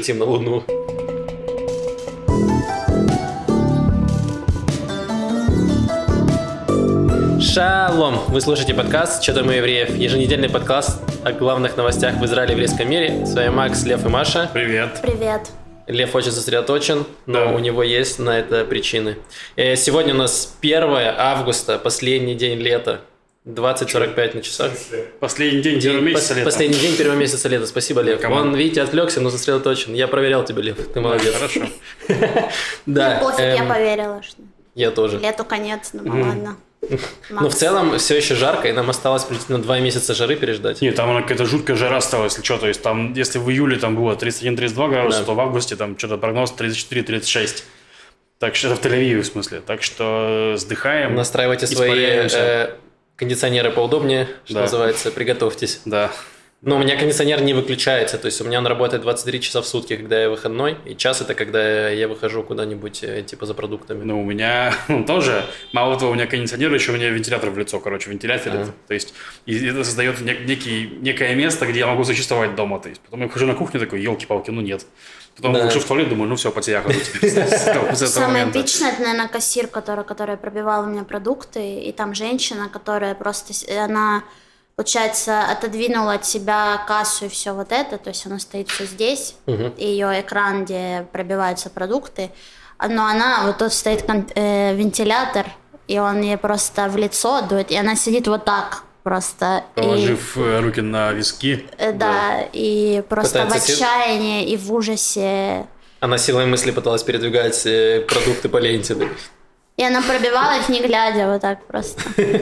полетим на Луну. Шалом! Вы слушаете подкаст «Чё там у евреев?» Еженедельный подкаст о главных новостях в Израиле и еврейском мире. С вами Макс, Лев и Маша. Привет. Привет. Лев очень сосредоточен, но у него есть на это причины. Сегодня у нас 1 августа, последний день лета. 20:45 на часах. Последний день первого месяца лета. Последний день первого месяца лета. Спасибо, Лев. Он, видите, отвлекся, но сосредоточен. Я проверял тебя, Лев. Ты молодец. Хорошо. Да. Пофиг, я поверила, что я тоже. лету конец, ну ладно. Но в целом все еще жарко, и нам осталось примерно 2 месяца жары переждать. Нет, там какая-то жуткая жара стала, если что. То есть там, если в июле там было 31-32 градуса, то в августе там что-то прогноз 34-36. Так что это в Тель-Авиве, в смысле. Так что сдыхаем. Настраивайте свои кондиционеры поудобнее, что называется, приготовьтесь. Да. Но у меня кондиционер не выключается, то есть у меня он работает 23 часа в сутки, когда я выходной, и час это когда я выхожу куда-нибудь типа за продуктами. Ну, у меня тоже, мало того, у меня кондиционер, еще у меня вентилятор в лицо, вентилятор. То есть и это создает некое место, где я могу существовать дома. То есть потом я хожу на кухню, такой, елки-палки, ну нет. Потом выхожу в туалет, думаю, ну все, потяху. Самое эпичное, это, наверное, кассир, которая пробивала у меня продукты, и там женщина, которая просто, она... Получается, отодвинула от себя кассу и все вот это, то есть она стоит все здесь, и ее экран, где пробиваются продукты, но она, вот тут стоит вентилятор, и он ей просто в лицо дует, и она сидит вот так просто. Положив руки на виски. Да, и просто пытается в отчаянии и в ужасе. Она силой мысли пыталась передвигать продукты по ленте. И она пробивала их не глядя, вот так просто.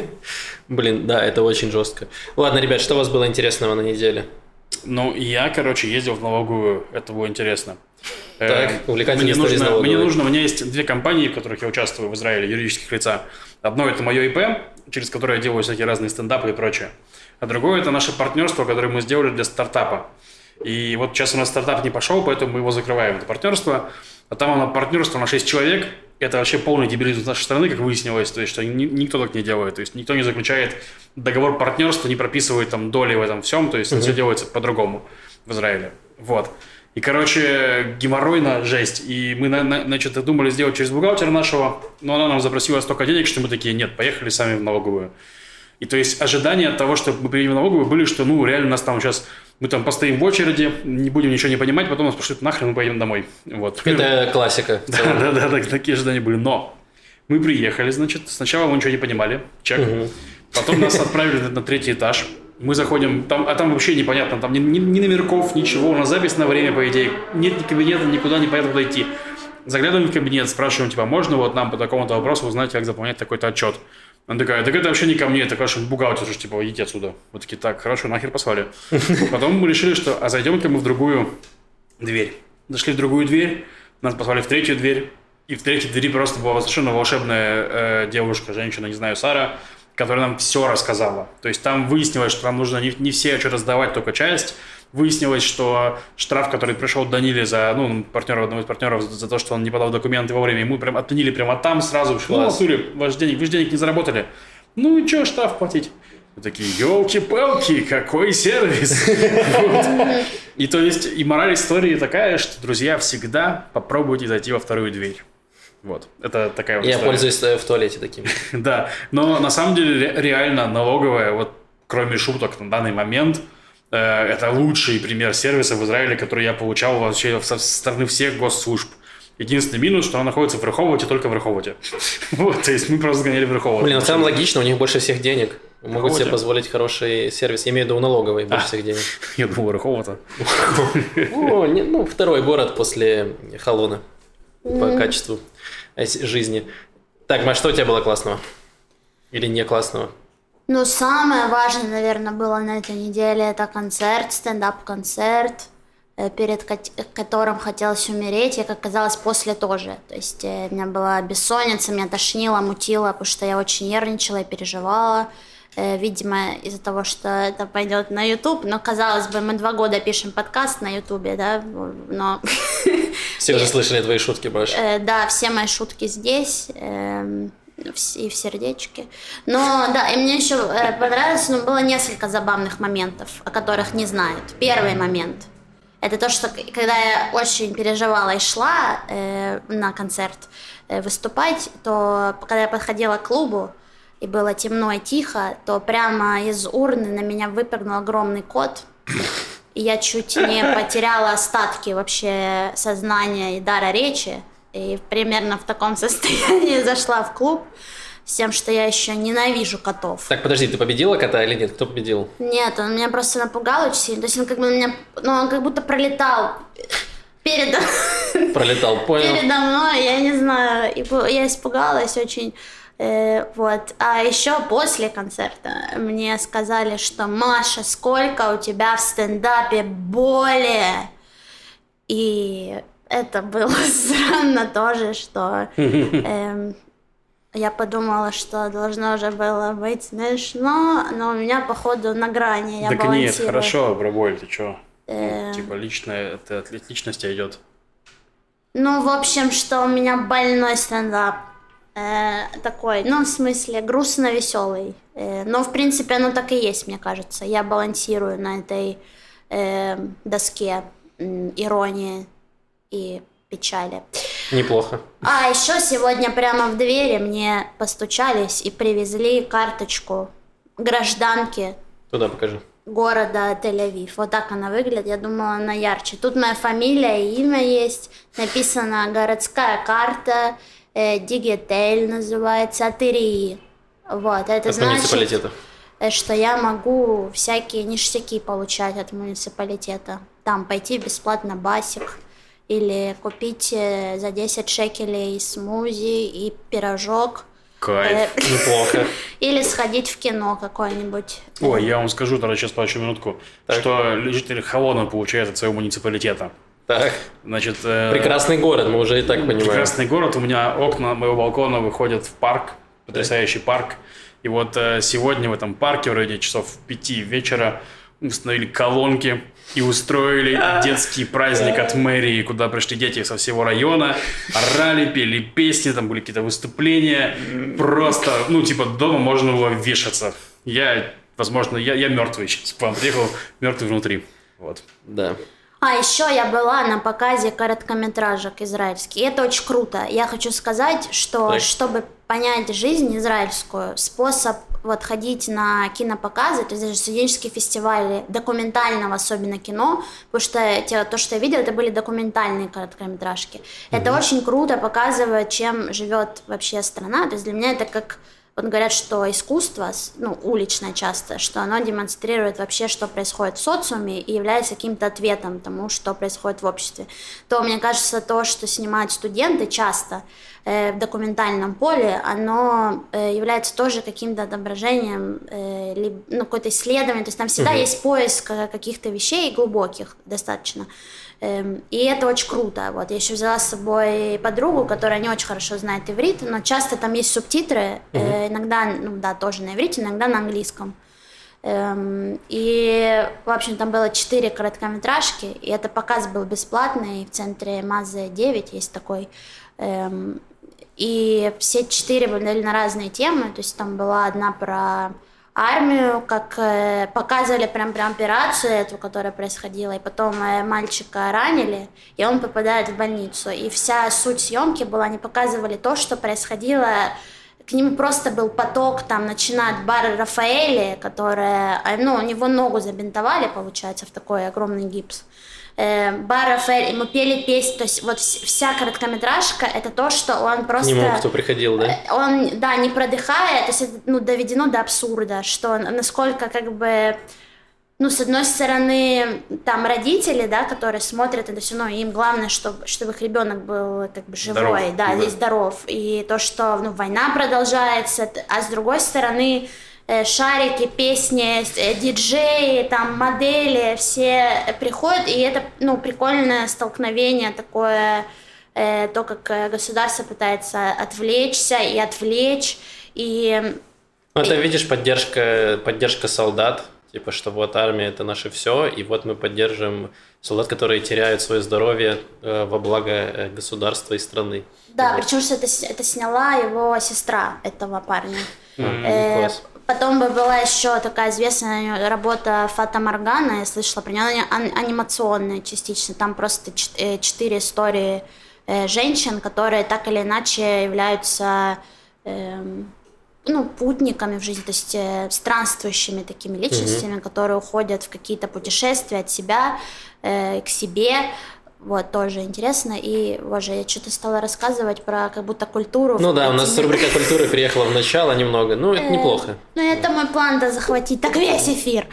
Блин, да, это очень жестко. Ладно, ребят, что у вас было интересного на неделе? Ну, я, ездил в налоговую, это было интересно. Так, увлекательная история из налоговой. У меня есть 2 компании, в которых я участвую в Израиле, юридических лица. Одно – это мое ИП, через которое я делаю всякие разные стендапы и прочее. А другое – это наше партнерство, которое мы сделали для стартапа. И вот сейчас у нас стартап не пошел, поэтому мы его закрываем, это партнерство. А там оно партнерство на 6 человек. Это вообще полный дебилизм с нашей стороны, как выяснилось. То есть, что никто так не делает. То есть, никто не заключает договор партнерства, не прописывает там доли в этом всем. То есть, все делается по-другому в Израиле. Вот. И, геморройно жесть. И мы, думали сделать через бухгалтера нашего, но она нам запросила столько денег, что мы такие, нет, поехали сами в налоговую. И то есть, ожидания от того, что мы приедем в налоговую, были, что, реально нас там сейчас... Мы там постоим в очереди, не будем ничего не понимать, потом нас пошлют нахрен, мы поедем домой. Вот. Это классика. Да, такие ожидания были. Но мы приехали, сначала мы ничего не понимали, чек. Потом нас отправили на 3-й этаж. Мы заходим, там вообще непонятно, там ни номерков, ничего, у нас запись на время, по идее. Нет ни кабинета, никуда не понятно, куда идти. Заглядываем в кабинет, спрашиваем, можно вот нам по такому-то вопросу узнать, как заполнять такой-то отчет. Она такая, так это вообще не ко мне, это, бухгалтер, идите отсюда. Вот такие, так, хорошо, нахер послали. Потом мы решили, что, зайдем-ка мы в другую дверь. Зашли в другую дверь, нас позвали в 3-ю дверь, и в 3-й двери просто была совершенно волшебная девушка, женщина, не знаю, Сара, которая нам все рассказала. То есть там выяснилось, что нам нужно не все отчеты сдавать, только часть. Выяснилось, что штраф, который пришел Даниле за, одного из партнеров, за то, что он не подал документы вовремя, ему прям отменили прямо там сразу. Вы же денег не заработали. Ну и что, штраф платить? Мы такие, елки-палки, какой сервис! И то есть, и мораль истории такая, что, друзья, всегда попробуйте зайти во 2-ю дверь. Вот, это такая вот Я история. пользуюсь в туалете таким. Да, но на самом деле реально налоговая, вот кроме шуток на данный момент, это лучший пример сервиса в Израиле, который я получал вообще со стороны всех госслужб. Единственный минус, что она находится в Реховоте, только в Реховоте. Вот, то есть мы просто сгоняли в Реховот. Блин, в целом логично, у них больше всех денег. Могут себе позволить хороший сервис. Я имею в виду у налоговой больше всех денег. Я думал, Реховота. 2-й город после Холона по качеству жизни. Так, Маш, что у тебя было классного? Или не классного? Самое важное, наверное, было на этой неделе, это концерт, стендап-концерт, перед которым хотелось умереть, и, как казалось, после тоже. То есть у меня была бессонница, меня тошнило, мутило, потому что я очень нервничала и переживала. Видимо, из-за того, что это пойдет на YouTube, но, казалось бы, мы 2 года пишем подкаст на YouTube, да, но... Все уже слышали твои шутки, Маш. Да, все мои шутки здесь, и в сердечке. Но, да, и мне еще понравилось, было несколько забавных моментов, о которых не знают. Первый момент. Это то, что когда я очень переживала и шла на концерт выступать, то когда я подходила к клубу, и было темно и тихо, то прямо из урны на меня выпрыгнул огромный кот, и я чуть не потеряла остатки вообще сознания и дара речи, и примерно в таком состоянии зашла в клуб, с тем, что я еще ненавижу котов. Так, подожди, ты победила кота или нет? Кто победил? Нет, он меня просто напугал очень сильно. То есть он как бы меня, он как будто пролетал передо мной, я не знаю, я испугалась очень. Вот. А еще после концерта мне сказали, что Маша, сколько у тебя в стендапе боли. И это было странно тоже, что я подумала, что должно уже было быть смешно, но у меня, походу, на грани, я балансирую. Так нет, хорошо, про боль, ты чё? Типа личное, это от личности идет. Ну, в общем, что у меня больной стендап. Такой, ну, в смысле, грустно-веселый. Но, в принципе, оно так и есть, мне кажется. Я балансирую на этой доске иронии и печали. Неплохо. А еще сегодня прямо в двери мне постучались и привезли карточку гражданки. Туда покажи. Города Тель-Авив. Вот так она выглядит. Я думала, она ярче. Тут моя фамилия и имя есть. Написано «Городская карта». Дигитель называется, Атерии. Вот, это значит, что я могу всякие ништяки получать от муниципалитета. Там пойти бесплатно басик, или купить за 10 шекелей смузи и пирожок. Кайф, неплохо. Или сходить в кино какое-нибудь. Ой, я вам скажу, тогда сейчас подожди минутку, так. Что жители Хавона получают от своего муниципалитета. Так. Значит, прекрасный город, мы уже и так понимаем. Прекрасный город. У меня окна моего балкона выходят в парк, потрясающий парк. И вот сегодня в этом парке в районе часов 5 вечера установили колонки и устроили детский праздник от мэрии, куда пришли дети со всего района, орали, пели песни, там были какие-то выступления. Просто, ну, типа, дома можно было вешаться. Я мертвый сейчас, к вам приехал, мертвый внутри. Вот. Да. А еще я была на показе короткометражек израильских. И это очень круто. Я хочу сказать, что так. Чтобы понять жизнь израильскую, способ вот ходить на кинопоказы, то есть даже студенческие фестивали документального особенно кино, потому что то, что я видела, это были документальные короткометражки. Это очень круто показывает, чем живет вообще страна. То есть для меня это как... Вот говорят, что искусство, ну, уличное часто, что оно демонстрирует вообще, что происходит в социуме и является каким-то ответом тому, что происходит в обществе. То, мне кажется, то, что снимают студенты часто в документальном поле, оно является тоже каким-то отображением, ну, какое-то исследование. То есть там всегда есть поиск каких-то вещей глубоких достаточно. И это очень круто. Вот. Я еще взяла с собой подругу, которая не очень хорошо знает иврит, но часто там есть субтитры, иногда, ну да, тоже на иврите, иногда на английском. И, в общем, там было 4 короткометражки, и этот показ был бесплатный в центре Мазы 9, есть такой. И все 4 были на разные темы, то есть там была одна про армию, как показывали прям операцию эту, которая происходила, и потом мальчика ранили, и он попадает в больницу. И вся суть съемки была, они показывали то, что происходило, к нему просто был поток, там, начиная от Бара Рафаэли, которая, ну, у него ногу забинтовали, получается, в такой огромный гипс. Бар Рафаэль, ему пели песни, то есть вот вся короткометражка это то, что он просто... К нему кто приходил, да? Он, да, не продыхая, то есть это, ну, доведено до абсурда, что насколько как бы... Ну, с одной стороны, там родители, да, которые смотрят это все, ну, им главное, чтобы их ребенок был как бы живой, здоров, да, здоров. И то, что, ну, война продолжается, а с другой стороны... шарики, песни, диджеи, там, модели, все приходят, и это, ну, прикольное столкновение такое, то, как государство пытается отвлечься и отвлечь, и... Ну, это, видишь, поддержка солдат, типа, что вот армия – это наше все, и вот мы поддерживаем солдат, которые теряют свое здоровье во благо государства и страны. Да, вот. Причем, что это сняла его сестра этого парня. Потом была еще такая известная работа Фата Моргана, я слышала про нее, она анимационная частично, там просто 4 истории женщин, которые так или иначе являются путниками в жизни, то есть странствующими такими личностями, которые уходят в какие-то путешествия от себя к себе. Вот, тоже интересно. И, боже, я что-то стала рассказывать про как будто культуру. Ну да, у нас рубрика культуры переехала в начало немного. Это неплохо. Это мой план, захватить так весь эфир.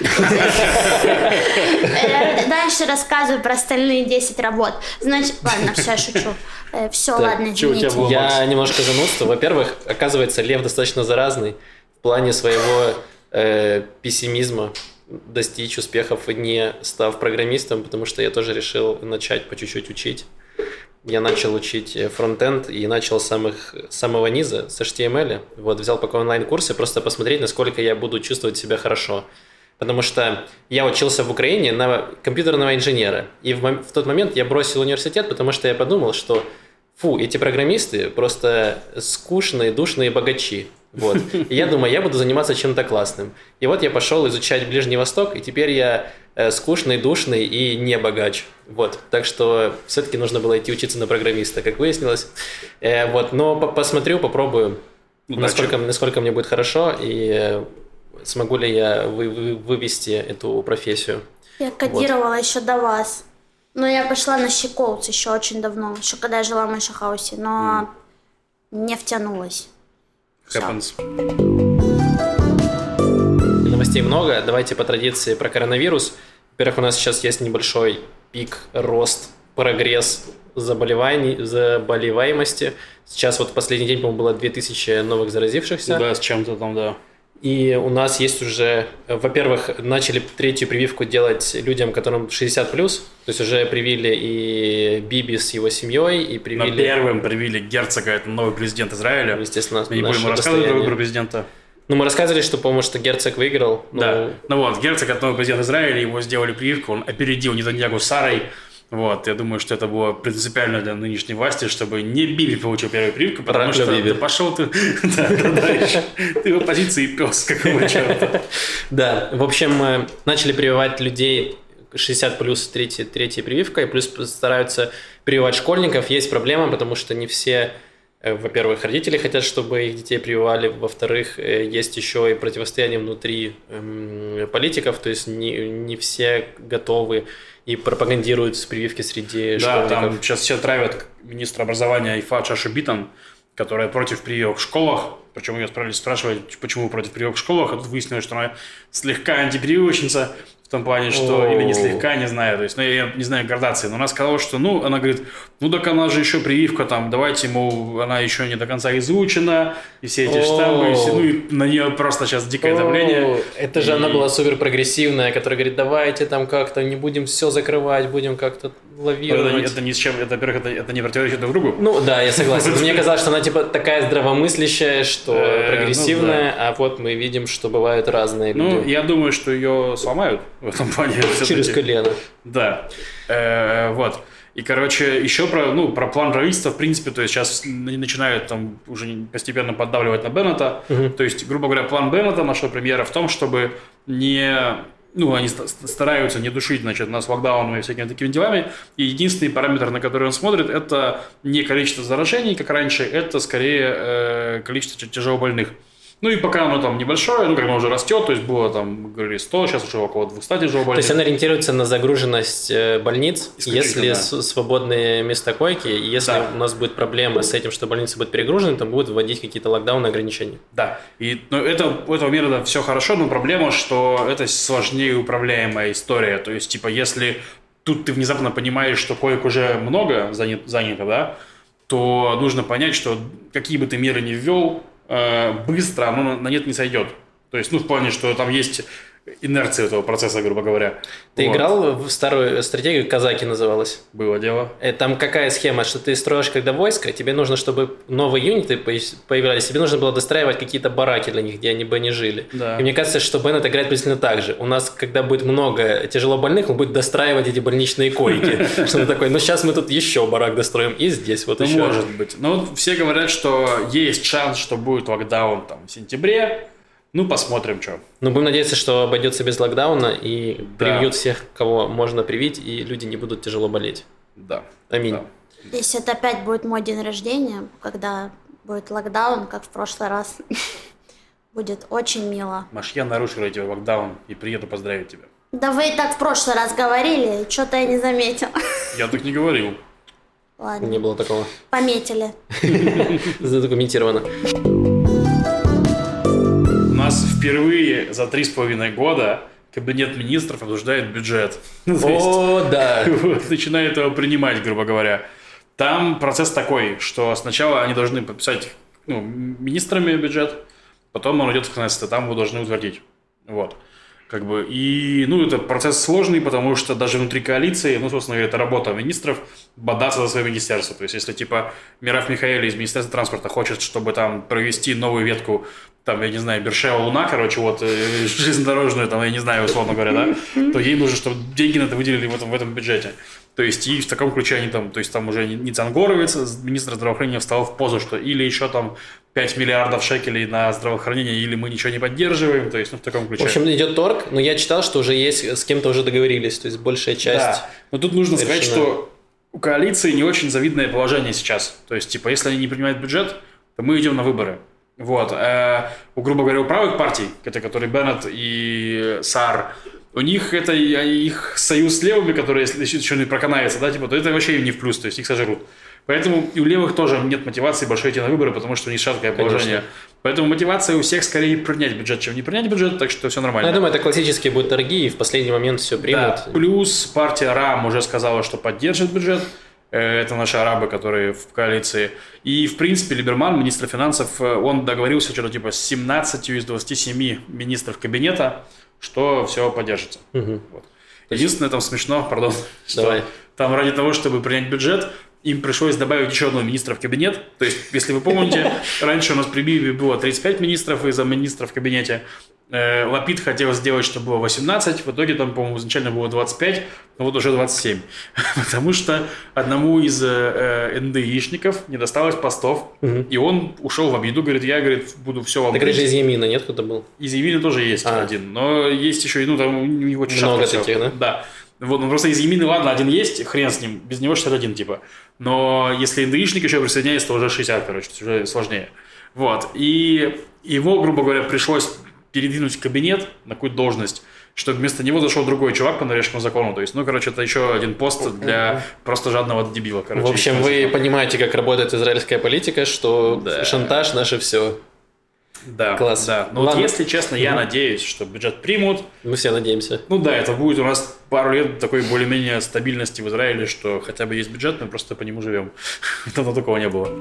Дальше рассказываю про остальные 10 работ. Значит, ладно, все, я шучу. Все, ладно, извините. Я немножко занудствую. Во-первых, оказывается, Лев достаточно заразный в плане своего пессимизма. Достичь успехов, не став программистом, потому что я тоже решил начать по чуть-чуть учить. Я начал учить фронтенд и начал с самого низа, с HTML. Взял пока онлайн-курсы, просто посмотреть, насколько я буду чувствовать себя хорошо. Потому что я учился в Украине на компьютерного инженера. И в тот момент я бросил университет, потому что я подумал, что эти программисты просто скучные, душные богачи. И я думаю, я буду заниматься чем-то классным. И я пошел изучать Ближний Восток, и теперь я скучный, душный и не богач. Так что все-таки нужно было идти учиться на программиста, как выяснилось. Но посмотрю, попробую, насколько мне будет хорошо, и смогу ли я вывести эту профессию. Я кодировала еще до вас. Но я пошла на Щекоутс еще очень давно, еще когда я жила в Мэйшахаусе, но не втянулась. Happens. Новостей много. Давайте по традиции про коронавирус. Во-первых, у нас сейчас есть небольшой пик, рост, прогресс заболеваемости. Сейчас последний день, по-моему, было 2000 новых заразившихся. Да, с чем-то там, да. И у нас есть уже, во-первых, начали 3-ю прививку делать людям, которым 60+. То есть уже привили и Биби с его семьей, и привили... Но первым привили Герцога, это новый президент Израиля. Естественно, мы не будем рассказывать про выбор президента. Мы рассказывали, что, по-моему, что Герцог выиграл. Да, Герцог, это новый президент Израиля, его сделали прививку, он опередил Нетаньяху с Сарой. Я думаю, что это было принципиально для нынешней власти, чтобы не Биби получил первую прививку, потому что Биби. Да пошел ты, ты в оппозиции пес, какого черта. Да, в общем, начали прививать людей 60+, третьей прививкой, плюс стараются прививать школьников. Есть проблема, потому что не все, во-первых, родители хотят, чтобы их детей прививали, во-вторых, есть еще и противостояние внутри политиков, то есть не все готовы и пропагандируют прививки среди школьников. Да, там сейчас все травят министра образования Ифат Шаши Битон, которая против прививок в школах. Причем ее спрашивали, почему против прививок в школах. А тут выяснилось, что она слегка антипрививочница. В том плане, что или не слегка, не знаю. То есть, я не знаю градации. Но она сказала, что, она говорит, так она же еще прививка там, давайте, она еще не до конца изучена, и все эти штампы, и на нее просто сейчас дикое давление. Это же она была супер прогрессивная, которая говорит, давайте там как-то не будем все закрывать, будем как-то лавировать. Это ни с чем, во-первых, это не противоречит друг другу. Да, я согласен. Мне казалось, что она такая здравомыслящая, что прогрессивная, а мы видим, что бывают разные люди. Я думаю, что ее сломают в этом плане. Через колено. Да. И, еще про план правительства, в принципе, то есть сейчас начинают там уже постепенно поддавливать на Беннета. То есть, грубо говоря, план Беннета, нашего премьера, в том, чтобы они стараются не душить, нас локдауном и всякими такими делами. И единственный параметр, на который он смотрит, это не количество заражений, как раньше, это скорее количество тяжелобольных. И пока оно там небольшое, как оно уже растет, то есть было там, говорили, 100, сейчас уже около 200 тяжелобольных. То есть он ориентируется на загруженность больниц, если свободные места койки, и если у нас будет проблема с этим, что больницы будут перегружены, то будут вводить какие-то локдауны, ограничения. Да, у этого метода все хорошо, но проблема, что это сложнее управляемая история, то есть, если тут ты внезапно понимаешь, что коек уже много занято, да, то нужно понять, что какие бы ты меры ни ввел, быстро оно на нет не сойдет. То есть, в плане, что там есть инерция этого процесса, грубо говоря. Ты играл в старую стратегию, казаки называлась? Было дело. Там какая схема, что ты строишь, когда войско, тебе нужно, чтобы новые юниты появлялись, тебе нужно было достраивать какие-то бараки для них, где они бы не жили. Да. И мне кажется, что Беннет играет приблизительно так же. У нас, когда будет много тяжелобольных, он будет достраивать эти больничные койки. Что-то такое, сейчас мы тут еще барак достроим, и здесь еще. Может быть. Но все говорят, что есть шанс, что будет локдаун в сентябре. Ну, посмотрим, что. Ну, будем надеяться, что обойдется без локдауна и привьют всех, кого можно привить, и люди не будут тяжело болеть. Да. Аминь. Да. Если это опять будет мой день рождения, когда будет локдаун, как в прошлый раз, будет очень мило. Маш, я нарушу ради локдаун и приеду поздравить тебя. Да вы и так в прошлый раз говорили, что-то я не заметил. Я так не говорил. Ладно. Не было такого. Пометили. Задокументировано. У нас впервые за 3,5 года Кабинет министров обсуждает бюджет. О, да. Начинает его принимать, грубо говоря. Там процесс такой, что сначала они должны подписать министрами бюджет, потом он идет в Кнессет, там его должны утвердить. Вот. Как бы, и, это процесс сложный, потому что даже внутри коалиции, собственно говоря, это работа министров бодаться за свое министерство. То есть, если, Мираф Михаэли из Министерства транспорта хочет, чтобы там провести новую ветку, там, я не знаю, Бершева-Луна, железнодорожную, там, я не знаю, условно говоря, да, то ей нужно, чтобы деньги на это выделили в этом бюджете. То есть, и в таком ключе они там уже Ницан Горовец, министр здравоохранения, встал в позу, что или еще там 5 миллиардов шекелей на здравоохранение, или мы ничего не поддерживаем, то есть, в таком ключе. В общем, идет торг, но я читал, что уже есть, с кем-то уже договорились, то есть, большая часть. Да, но тут нужно сказать, что у коалиции не очень завидное положение сейчас. То есть, если они не принимают бюджет, то мы идем на выборы. Вот. Грубо говоря, у правых партий, которые Беннет и Саар, у них это их союз с левыми, которые, если еще не проканается, то это вообще им не в плюс, то есть их сожрут. Поэтому и у левых тоже нет мотивации большой идти на выборы, потому что у них шаткое положение. Поэтому мотивация у всех скорее принять бюджет, чем не принять бюджет, так что все нормально. Я думаю, это классические будут торги, и в последний момент все примут. Да. Плюс партия РАМ уже сказала, что поддержит бюджет. Это наши арабы, которые в коалиции. И, в принципе, Либерман, министр финансов, он договорился что-то с 17 из 27 министров кабинета, что все поддержится. Угу. Вот. Единственное, там смешно, что там ради того, чтобы принять бюджет, им пришлось добавить еще одного министра в кабинет. То есть, если вы помните, раньше у нас при Биби было 35 министров и замминистров в кабинете. Лапид хотел сделать, чтобы было 18, в итоге там, по-моему, изначально было 25, но вот уже 27. Потому что одному из НДИшников не досталось постов, и он ушел в обиду, говорит, я буду все вам... Так это же из Емина, нет, кто-то был? Из Емина тоже есть один, но есть еще, там у него чуть-чуть... Много таких, да? Да. Вот, просто из Емины, ладно, один есть, хрен с ним, без него 61, Но если НДИшник еще присоединяется, то уже 60, уже сложнее. Вот, и его, грубо говоря, пришлось передвинуть в кабинет на какую-то должность, чтобы вместо него зашел другой чувак по норвежскому закону. То есть, это еще один пост для просто жадного дебила. В общем, вы понимаете, как работает израильская политика, что шантаж наше все. Да, класс. Да. Но если честно, я надеюсь, что бюджет примут. Мы все надеемся. Это будет у нас пару лет такой более-менее стабильности в Израиле, что хотя бы есть бюджет, мы просто по нему живем. Давно такого не было.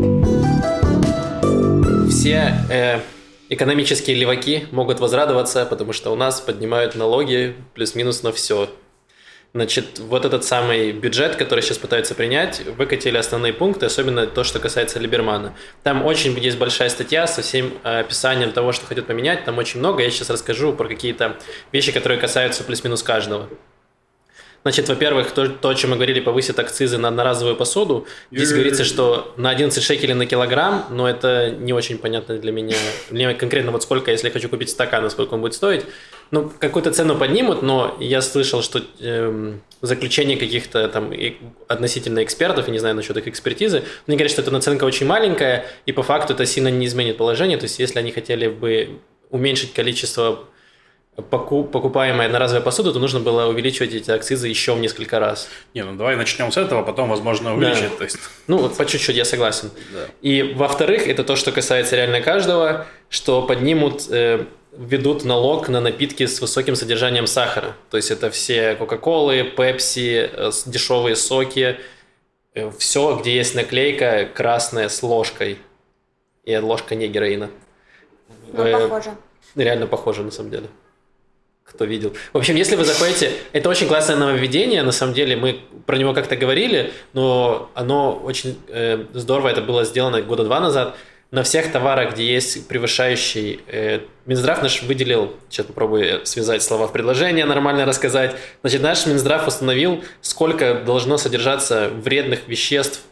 Все экономические леваки могут возрадоваться, потому что у нас поднимают налоги плюс-минус на все. Значит, вот этот самый бюджет, который сейчас пытаются принять, выкатили основные пункты, особенно то, что касается Либермана. Там очень есть большая статья со всем описанием того, что хотят поменять, там очень много. Я сейчас расскажу про какие-то вещи, которые касаются плюс-минус каждого. Значит, во-первых, то, о чем мы говорили, повысят акцизы на одноразовую посуду. Здесь говорится, что на 11 шекелей на килограмм, но это не очень понятно для меня. Мне конкретно сколько, если я хочу купить стакан, сколько он будет стоить. Какую-то цену поднимут, но я слышал, что заключение каких-то там относительно экспертов, я не знаю насчет их экспертизы, мне говорят, что эта наценка очень маленькая, и по факту это сильно не изменит положение. То есть, если они хотели бы уменьшить количество покупаемая одноразовая посуда, то нужно было увеличивать эти акцизы еще в несколько раз. Давай начнем с этого, потом, возможно, увеличить. Да. То есть... по чуть-чуть, я согласен. Да. И, во-вторых, это то, что касается реально каждого, что введут налог на напитки с высоким содержанием сахара. То есть, это все Кока-Колы, Пепси, дешевые соки, все, где есть наклейка красная с ложкой. И ложка не героина. Похоже. Реально похоже, на самом деле. Кто видел. В общем, если вы заходите... Это очень классное нововведение, на самом деле, мы про него как-то говорили, но оно очень здорово, это было сделано года 2 назад. На всех товарах, где есть превышающий... Минздрав наш выделил... Сейчас попробую связать слова в предложение, нормально рассказать. Значит, наш Минздрав установил, сколько должно содержаться вредных веществ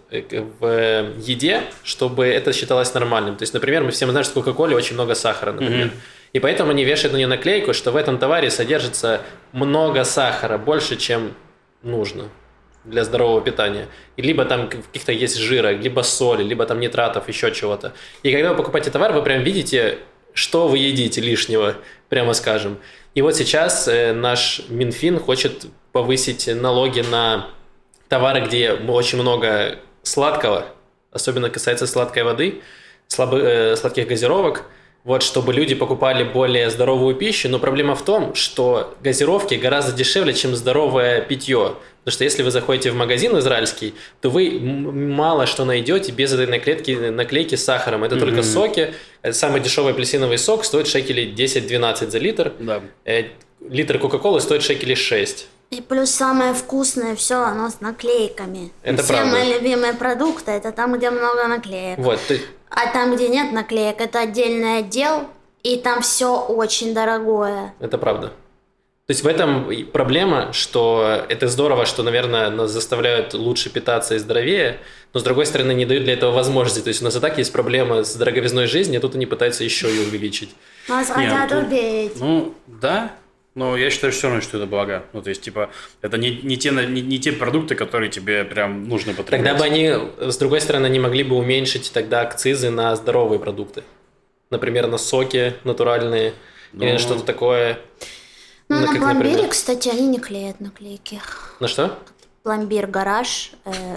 в еде, чтобы это считалось нормальным. То есть, например, мы все знаем, что в Кока-Коле очень много сахара, например. И поэтому они вешают на нее наклейку, что в этом товаре содержится много сахара, больше, чем нужно для здорового питания. И либо там каких-то есть жира, либо соли, либо там нитратов, еще чего-то. И когда вы покупаете товар, вы прям видите, что вы едите лишнего, прямо скажем. И вот сейчас наш Минфин хочет повысить налоги на товары, где очень много сладкого, особенно касается сладкой воды, сладких газировок, вот, чтобы люди покупали более здоровую пищу. Но проблема в том, что газировки гораздо дешевле, чем здоровое питье. Потому что если вы заходите в магазин израильский, то вы мало что найдете без этой наклейки с сахаром. Это только соки. Самый дешевый апельсиновый сок стоит шекелей 10-12 за литр. Да. Литр Кока-Колы стоит шекелей 6. И плюс самое вкусное все, оно с наклейками. Это все правда. мои любимые продукты, это там, где много наклеек. Вот. А там, где нет наклеек, это отдельный отдел, и там все очень дорогое. Это правда. То есть в этом проблема, что это здорово, что, наверное, нас заставляют лучше питаться и здоровее, но, с другой стороны, не дают для этого возможности. То есть у нас и так есть проблема с дороговизной жизни, а тут они пытаются еще ее увеличить. Нас хотят убить. Ну, да. Но я считаю все равно, что это благо. Ну, то есть, типа, это не те продукты, которые тебе прям нужно потреблять. Тогда бы они, с другой стороны, не могли бы уменьшить тогда акцизы на здоровые продукты. Например, на соки натуральные или что-то такое. Ну, на пломбире, например... кстати, они не клеят наклейки. На что? Пломбир гараж.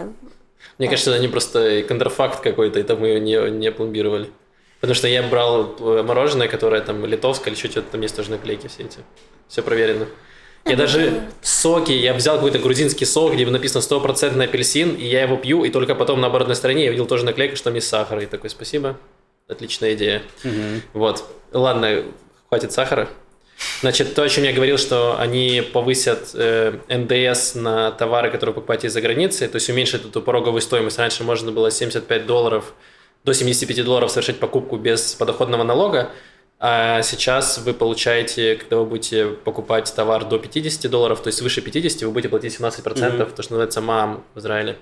Мне кажется, они просто контрафакт какой-то, и там ее не пломбировали. Потому что я брал мороженое, которое там литовское или что-то, там есть тоже наклейки все эти. Все проверено. Я даже соки, я взял какой-то грузинский сок, где написано 100% апельсин, и я его пью, и только потом на оборотной стороне я видел тоже наклейку, что там есть сахар. И такой, спасибо, отличная идея. Вот, ладно, хватит сахара. Значит, то, о чем я говорил, что они повысят НДС на товары, которые покупаете из-за границы, то есть уменьшат эту пороговую стоимость. Раньше можно было $75, до $75 совершить покупку без подоходного налога, а сейчас вы получаете, когда вы будете покупать товар до $50, то есть выше 50, вы будете платить 17%, то, что называется МААМ в Израиле.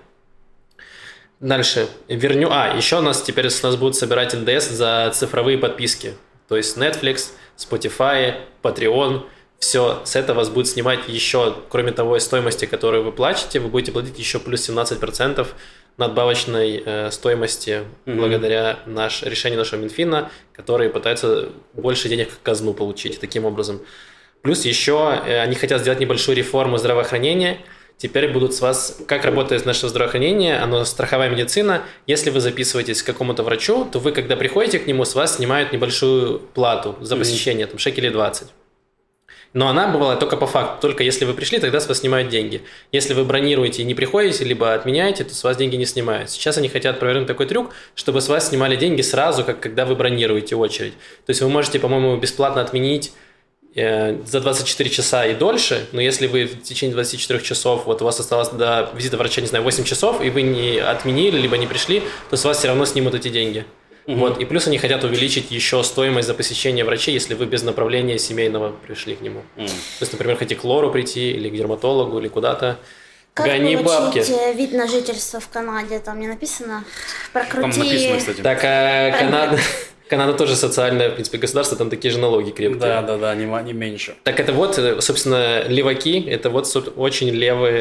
Дальше. Еще у нас теперь будут собирать НДС за цифровые подписки. То есть Netflix, Spotify, Patreon, все с этого вас будет снимать еще, кроме того, стоимости, которую вы платите, вы будете платить еще плюс 17% надбавочной стоимости благодаря решению нашего Минфина, которые пытаются больше денег в казну получить таким образом. Плюс еще они хотят сделать небольшую реформу здравоохранения. Теперь будут с вас, как работает наше здравоохранение, оно страховая медицина. Если вы записываетесь к какому-то врачу, то вы, когда приходите к нему, с вас снимают небольшую плату за посещение, там шекелей 20. Но она бывала только по факту. Только если вы пришли, тогда с вас снимают деньги. Если вы бронируете и не приходите, либо отменяете, то с вас деньги не снимают. Сейчас они хотят провернуть такой трюк, чтобы с вас снимали деньги сразу, как когда вы бронируете очередь. То есть вы можете, по-моему, бесплатно отменить за 24 часа и дольше, но если вы в течение 24 часов, вот у вас осталось до визита врача, не знаю, 8 часов, и вы не отменили, либо не пришли, то с вас все равно снимут эти деньги. Вот. И плюс они хотят увеличить еще стоимость за посещение врачей, если вы без направления семейного пришли к нему. То есть, например, хотите к лору прийти, или к дерматологу, или куда-то. Как гони бабки. Вид на жительство в Канаде? Там не написано? Прокрути. Там написано, кстати. Так, Канада тоже социальное, в принципе, государство, там такие же налоги крепкие. Да, не меньше. Так это вот, собственно, леваки, это вот очень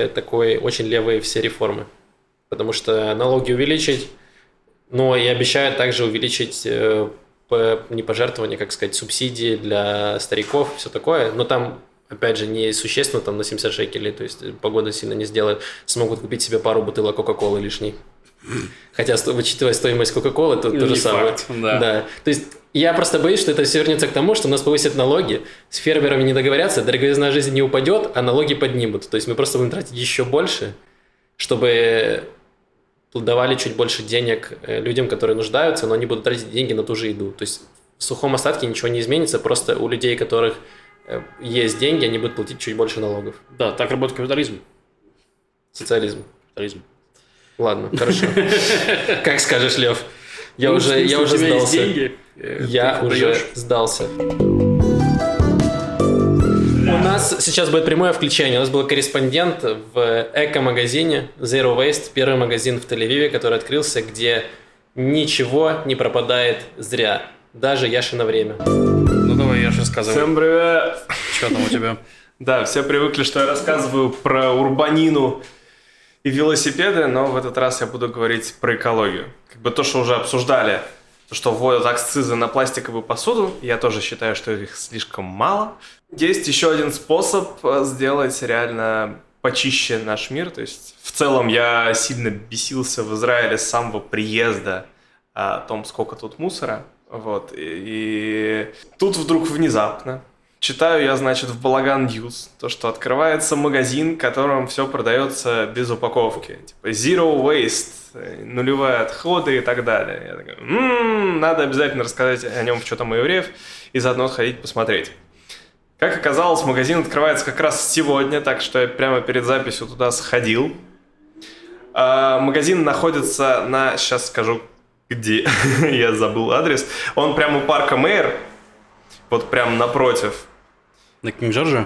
левые все реформы. Потому что налоги увеличить, но и обещают также увеличить не пожертвования, как сказать, субсидии для стариков, все такое. Но там, опять же, не существенно, там на 70 шекелей, то есть погода сильно не сделает, смогут купить себе пару бутылок Кока-Колы лишней. Хотя, учитывая стоимость Кока-Колы, то то же самое. Да. То есть я просто боюсь, что это все вернется к тому, что у нас повысят налоги, с фермерами не договорятся, дороговизна жизни не упадет, а налоги поднимут. То есть мы просто будем тратить еще больше, чтобы давали чуть больше денег людям, которые нуждаются, но они будут тратить деньги на ту же еду. То есть в сухом остатке ничего не изменится, просто у людей, у которых есть деньги, они будут платить чуть больше налогов. Да, так работает капитализм. Социализм. Капитализм. Ладно, хорошо. Как скажешь, Лев. Я уже сдался. Я уже сдался. У нас сейчас будет прямое включение. У нас был корреспондент в эко-магазине Zero Waste, первый магазин в Тель-Авиве, который открылся, где ничего не пропадает зря. Даже Яшино время. Ну давай, Ешь, рассказывай. Всем привет! Что там у тебя? Да, все привыкли, что я рассказываю про урбанину и велосипеды, но в этот раз я буду говорить про экологию. Как бы то, что уже обсуждали, то, что вводят акцизы на пластиковую посуду, я тоже считаю, что их слишком мало. Есть еще один способ сделать реально почище наш мир. То есть в целом я сильно бесился в Израиле с самого приезда о том, сколько тут мусора. Вот. И тут вдруг внезапно читаю я, значит, в Балаган News, то, что открывается магазин, в котором все продается без упаковки. Типа Zero Waste, нулевые отходы и так далее. Я такой, надо обязательно рассказать о нем, что там у евреев, и заодно сходить посмотреть. Как оказалось, магазин открывается как раз сегодня, так что я прямо перед записью туда сходил. Магазин находится на... Сейчас скажу, где. Я забыл адрес. Он прямо у парка Мэйр. Вот прям напротив. На Кинг-Джорджа?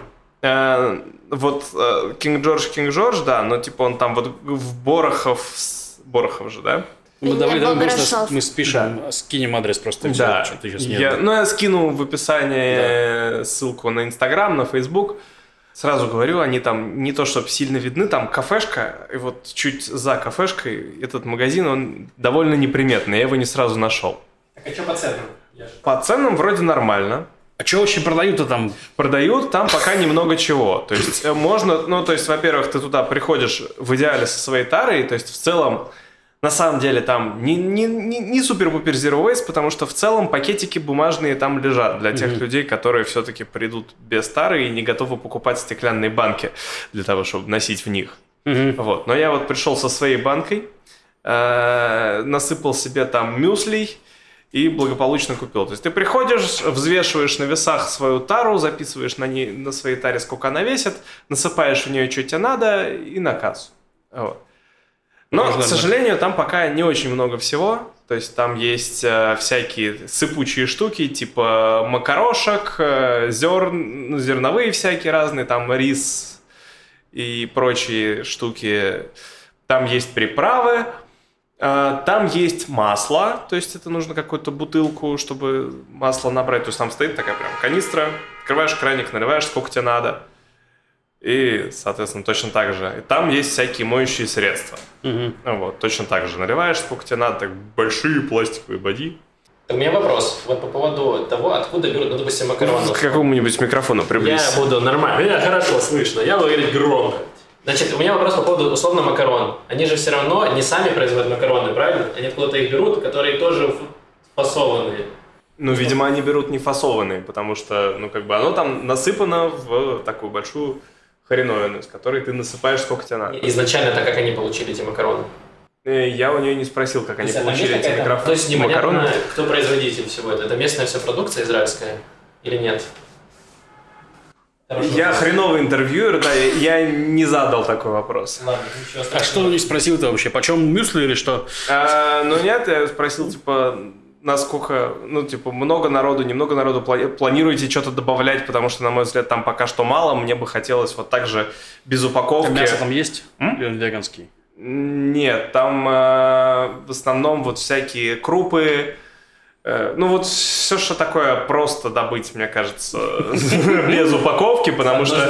Вот Кинг-Джордж, да, но типа он там вот в Борохов же, да? Ну давай мы спишем, да. Скинем адрес просто. Да, что-то сейчас нет. Я скину в описании ссылку на Инстаграм, на Фейсбук. Сразу говорю, они там не то чтобы сильно видны, там кафешка, и вот чуть за кафешкой этот магазин, он довольно неприметный, я его не сразу нашел. Так а что по ценам? По ценам вроде нормально. А что вообще продают-то там? Продают там пока немного чего. То есть можно, во-первых, ты туда приходишь в идеале со своей тарой, то есть в целом, на самом деле там не супер-пупер zero waste, потому что в целом пакетики бумажные там лежат для тех людей, которые все-таки придут без тары и не готовы покупать стеклянные банки для того, чтобы носить в них. Вот. Но я вот пришел со своей банкой, насыпал себе там мюслей, и благополучно купил. То есть ты приходишь, взвешиваешь на весах свою тару, записываешь на своей таре, сколько она весит, насыпаешь в нее, что тебе надо, и на кассу. Вот. Но, к сожалению, там пока не очень много всего. То есть там есть всякие сыпучие штуки, типа макарошек, зерновые всякие разные, там рис и прочие штуки. Там есть приправы. Там есть масло, то есть это нужно какую-то бутылку, чтобы масло набрать. То есть там стоит такая прям канистра, открываешь краник, наливаешь сколько тебе надо. И, соответственно, точно так же. И там есть всякие моющие средства. Вот, точно так же наливаешь сколько тебе надо, так большие пластиковые боди. У меня вопрос вот по поводу того, откуда берут, допустим, макароны. К какому-нибудь микрофону приблизь. Я буду нормально, меня хорошо слышно, я буду говорить громко. Значит, у меня вопрос по поводу, условно, макарон. Они же все равно не сами производят макароны, правильно? Они откуда-то их берут, которые тоже фасованные. Ну, видимо, они берут не фасованные, потому что, оно там насыпано в такую большую хреновину, из которой ты насыпаешь сколько тебе надо. Изначально-то как они получили эти макароны? Я у нее не спросил, как они получили эти макароны. То есть непонятно, кто производитель всего этого. Это местная вся продукция израильская или нет? Я хреновый интервьюер, да, я не задал такой вопрос. Ладно, ничего страшного. А что не спросил-то вообще? Почем мюсли или что? Нет, я спросил, насколько, много народу, немного народу планируете что-то добавлять, потому что, на мой взгляд, там пока что мало, мне бы хотелось вот так же без упаковки. А мясо там есть? Или он веганский? Нет, там в основном вот всякие крупы, все, что такое просто добыть, мне кажется, без упаковки, потому что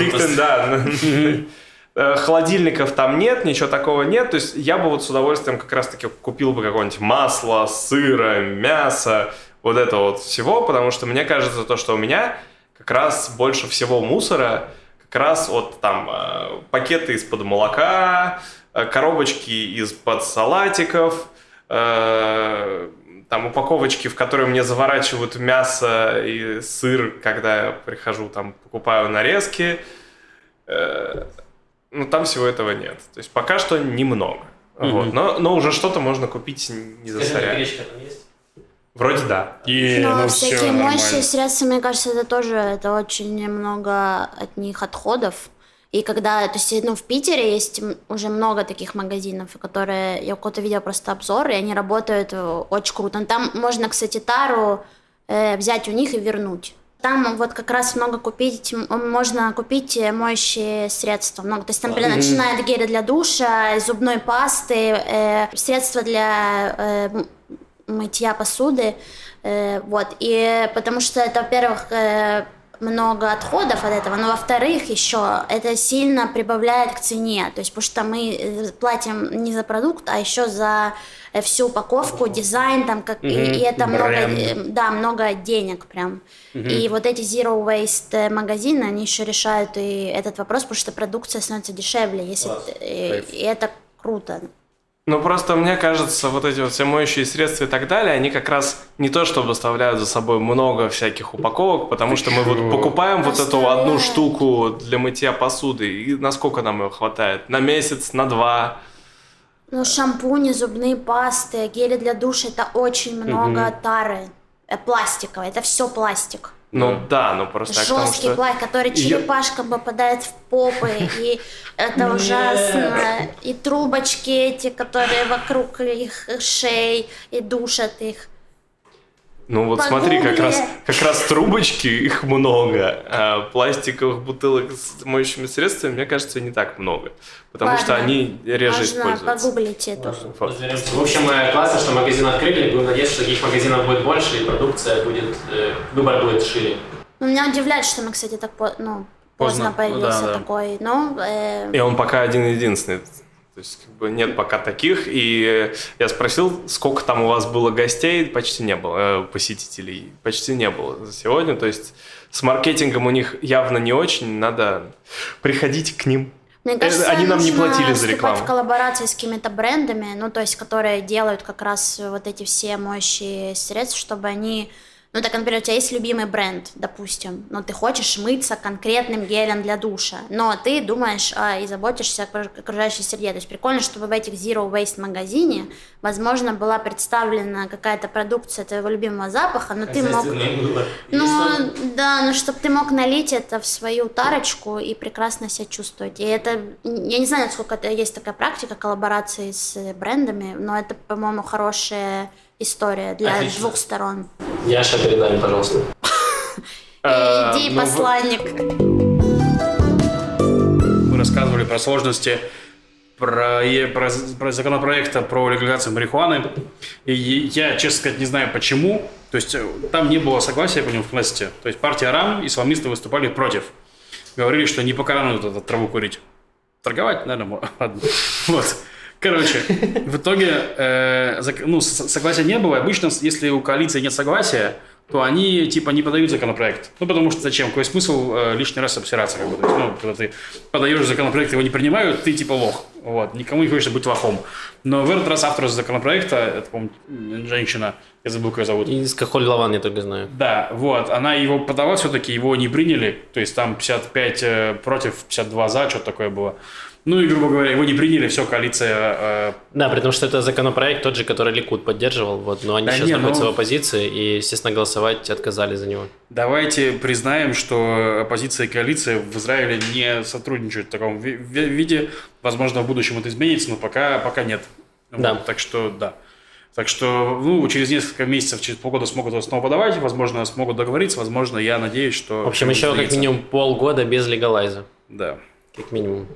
холодильников там нет, ничего такого нет. То есть я бы вот с удовольствием как раз-таки купил бы какое-нибудь масло, сыра, мясо, вот это вот всего, потому что мне кажется, то, что у меня как раз больше всего мусора, как раз вот там пакеты из-под молока, коробочки из-под салатиков, там упаковочки, в которые мне заворачивают мясо и сыр, когда я прихожу, там покупаю нарезки. Там всего этого нет. То есть пока что немного. Вот. Но уже что-то можно купить не засоряя. Гречка там есть? Вроде да. Но всякие моющие средства, мне кажется, это очень много от них отходов. И когда, то есть, в Питере есть уже много таких магазинов, которые, я у кого-то видела просто обзор, и они работают очень круто. Там можно, кстати, тару взять у них и вернуть. Там вот как раз можно купить моющие средства. Много. То есть там начиная от геля для душа, зубной пасты, средства для мытья посуды, Вот, и потому что это, во-первых, много отходов от этого, но во-вторых, еще это сильно прибавляет к цене, то есть потому что мы платим не за продукт, а еще за всю упаковку, дизайн, там, и это много денег прям. И вот эти Zero Waste магазины, они еще решают и этот вопрос, потому что продукция становится дешевле, если и это круто. Ну, просто мне кажется, вот эти вот все моющие средства и так далее, они как раз не то, чтобы оставляют за собой много всяких упаковок, потому что мы вот покупаем вот эту одну штуку для мытья посуды, и насколько нам ее хватает? На месяц, на 2? Ну, шампуни, зубные пасты, гели для душа, это очень много тары пластиковой, это все пластик. Ну да, ну просто жесткий пластик, который черепашкам попадает в попы, и это ужасно. И трубочки эти, которые вокруг их шеи, и душат их. Ну вот смотри, как раз трубочки, их много, а пластиковых бутылок с моющими средствами, мне кажется, не так много, потому что они реже используются. Погуглите это. В общем, классно, что магазин открыли, будем надеяться, что таких магазинов будет больше, и продукция будет, выбор будет шире. Ну, меня удивляет, что мы, кстати, так поздно появился такой, И он пока один-единственный. То есть, как бы нет пока таких, и я спросил, сколько там у вас было гостей, почти не было, посетителей, почти не было за сегодня, то есть с маркетингом у них явно не очень, надо приходить к ним. Мне кажется, они нам не платили за рекламу. В коллаборации с какими-то брендами, ну, то есть, которые делают как раз вот эти все моющие средства, чтобы они... Ну, так, например, у тебя есть любимый бренд, допустим, но ты хочешь мыться конкретным гелем для душа, но ты думаешь и заботишься о окружающей среде. То есть прикольно, чтобы в этих Zero Waste магазине, возможно, была представлена какая-то продукция твоего любимого запаха, но ты мог... чтобы ты мог налить это в свою тарочку и прекрасно себя чувствовать. И это, я не знаю, насколько это есть такая практика коллаборации с брендами, но это, по-моему, хорошая история для двух сторон. Яша, передай мне, пожалуйста. Иди, посланник. Вы рассказывали про сложности про законопроекта про легализацию марихуаны. И я, честно сказать, не знаю почему. То есть там не было согласия по нему в Кнессете. То есть партия РАМ, исламисты выступали против. Говорили, что не по Корану эту траву курить. Торговать, наверное, ладно. Вот. Короче, в итоге согласия не было. Обычно, если у коалиции нет согласия, то они типа не подают законопроект. Ну, потому что зачем? Какой смысл лишний раз обсираться? Как бы. То есть, когда ты подаешь законопроект, его не принимают, ты типа лох. Вот. Никому не хочется быть лохом. Но в этот раз автор законопроекта, это, по-моему, женщина, я забыл, как ее зовут. Из Кахоль-Лаван, я только знаю. Да, вот. Она его подала, все-таки его не приняли. То есть там 55 против, 52 за, что-то такое было. Ну и, грубо говоря, его не приняли, все, коалиция... Да, потому что это законопроект тот же, который Ликуд поддерживал, вот, но они сейчас находятся в оппозиции и, естественно, голосовать отказали за него. Давайте признаем, что оппозиция и коалиция в Израиле не сотрудничают в таком виде. Возможно, в будущем это изменится, но пока нет. Да. Вот, так что, да. Так что, через несколько месяцев, через полгода смогут его снова подавать, возможно, смогут договориться, возможно, я надеюсь, что... В общем, еще как минимум полгода без легалайза. Да. Как минимум.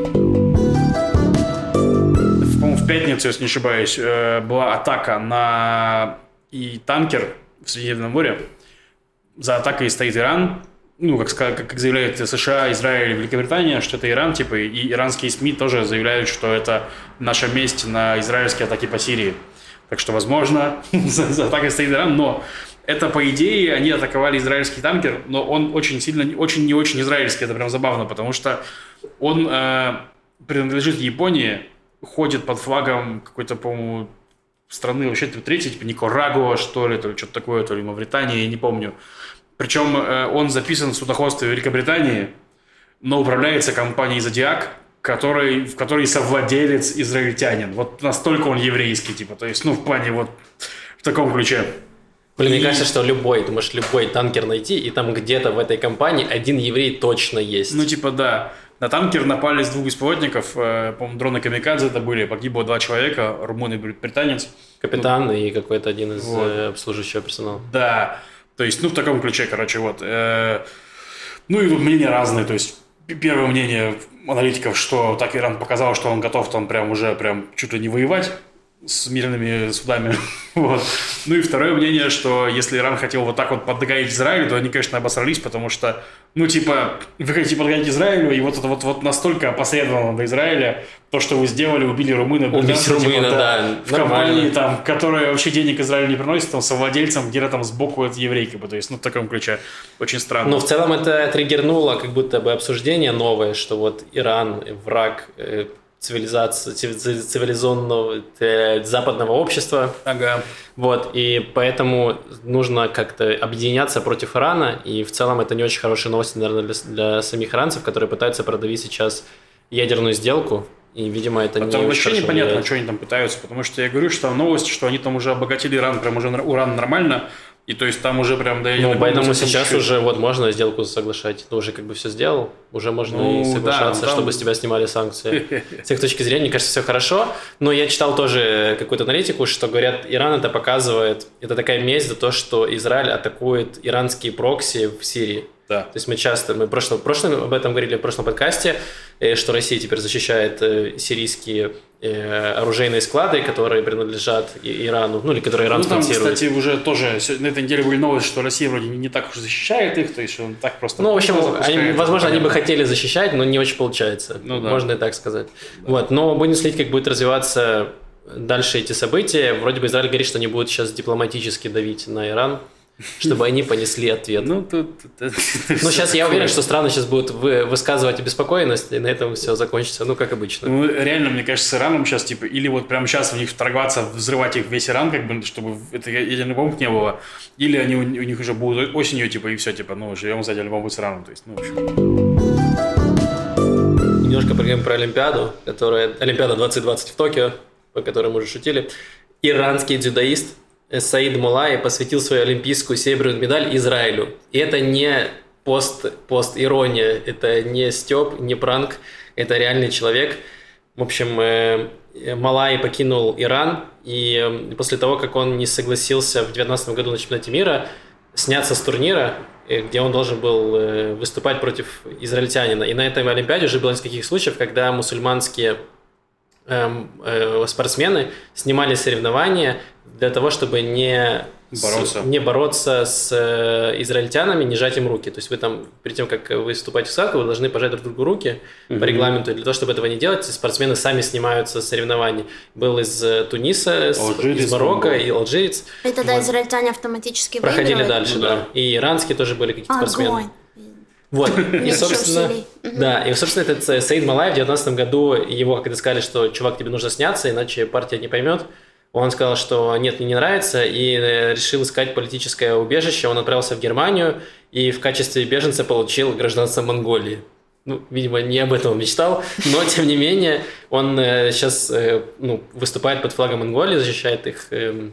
По-моему, в пятницу, если не ошибаюсь, была атака на танкер в Средиземном море. За атакой стоит Иран. Ну, как заявляют США, Израиль и Великобритания, что это Иран, типа, и иранские СМИ тоже заявляют, что это наша месть на израильские атаки по Сирии. Так что, возможно, за атакой стоит Иран, но это, по идее, они атаковали израильский танкер, но он очень сильно, не очень израильский, это прям забавно, потому что он принадлежит Японии, ходит под флагом какой-то, по-моему, страны вообще третьей, типа Никарагуа, что ли, то ли что-то такое, то ли Мавритания, я не помню. Причем он записан в судоходстве Великобритании, но управляется компанией «Зодиак», в которой совладелец израильтянин. Вот настолько он еврейский, типа, то есть, в плане вот в таком ключе. Блин, мне кажется, что ты можешь любой танкер найти, и там где-то в этой компании один еврей точно есть. Да. На танкер напали с 2 беспилотников, по-моему, дроны камикадзе это были, погибло 2 человека, румын и британец. Капитан и какой-то один из обслуживающего персонала. Да, то есть, в таком ключе, короче, вот. И мнения разные, то есть, первое мнение аналитиков, что так Иран показал, что он готов там прям чуть ли не воевать. с мирными судами. Вот. Ну и второе мнение, что если Иран хотел вот так вот подгонять Израилю, то они, конечно, обосрались, потому что, ну, типа, вы хотите подгонять Израилю, и вот это вот настолько опосредованно до Израиля, то, что вы сделали, убили румына, убить румына, типа, да, в компании, там, которая вообще денег Израилю не приносит, там, совладельцам, где-то там сбоку от еврейки, то есть, ну, в таком ключе, очень странно. Но в целом это триггернуло как будто бы обсуждение новое, что вот Иран враг цивилизованного западного общества. Ага. Вот, и поэтому нужно как-то объединяться против Ирана, и в целом это не очень хорошие новости, наверное, для самих иранцев, которые пытаются продавить сейчас ядерную сделку, и, видимо, это не там очень вообще хорошо непонятно, влияет. что они там пытаются, потому что я говорю, что там новость, что они там уже обогатили Иран, прям уже уран нормально, и то есть там уже прям... Да, ну, поэтому сейчас уже вот можно сделку соглашать. Ты уже как бы все сделал, уже можно и соглашаться, там... чтобы с тебя снимали санкции. С их точки зрения, мне кажется, все хорошо. Но я читал тоже какую-то аналитику, что говорят, Иран это показывает, это такая месть за то, что Израиль атакует иранские прокси в Сирии. Да. То есть мы в прошлом об этом говорили в прошлом подкасте, что Россия теперь защищает сирийские оружейные склады, которые принадлежат Ирану, ну или которые Иран спонсирует. Там, кстати, уже тоже на этой неделе были новости, что Россия вроде не так уж защищает их, то есть он так просто... Ну, в общем, возможно, они бы хотели защищать, но не очень получается. Ну, да. Можно и так сказать. Да. Вот. Но будем следить, как будет развиваться дальше эти события. Вроде бы Израиль говорит, что они будут сейчас дипломатически давить на Иран, чтобы они понесли ответ. Ну, сейчас я уверен, что страны сейчас будут высказывать обеспокоенность, и на этом все закончится, ну, как обычно. Ну, реально, мне кажется, с Ираном сейчас, типа, или вот прямо сейчас в них вторгаться, взрывать их весь Иран, как бы, чтобы это ядерный бомб не было, или они у них уже будут осенью, типа, и все, типа, ну, живем за ядерный бомбу с Ираном, то есть, ну, в общем. Немножко поговорим про Олимпиаду, Олимпиада 2020 в Токио, по которой мы уже шутили. Иранский дзюдоист Саид Мулай посвятил свою олимпийскую серебряную медаль Израилю. И это не пост-ирония, это не стёб, не пранк, это реальный человек. В общем, Мулай покинул Иран, и после того, как он не согласился в 2019 году на чемпионате мира сняться с турнира, где он должен был выступать против израильтянина. И на этой Олимпиаде уже было несколько случаев, когда мусульманские спортсмены снимали соревнования для того, чтобы не бороться с израильтянами, не жать им руки. То есть вы там, перед тем, как вы вступаете в схватку, вы должны пожать друг другу руки по регламенту. И для того, чтобы этого не делать, спортсмены сами снимаются с соревнований. Был из Туниса, из Марокко и алжирец. И тогда израильтяне автоматически проходили дальше, да. И иранские тоже были какие-то спортсмены. Вот, и, собственно, этот Саид Мулай в 2019 году, его, когда сказали, что, чувак, тебе нужно сняться, иначе партия не поймет, он сказал, что нет, мне не нравится, и решил искать политическое убежище. Он отправился в Германию и в качестве беженца получил гражданство Монголии. Ну, видимо, не об этом он мечтал, но, тем не менее, он сейчас выступает под флагом Монголии, защищает их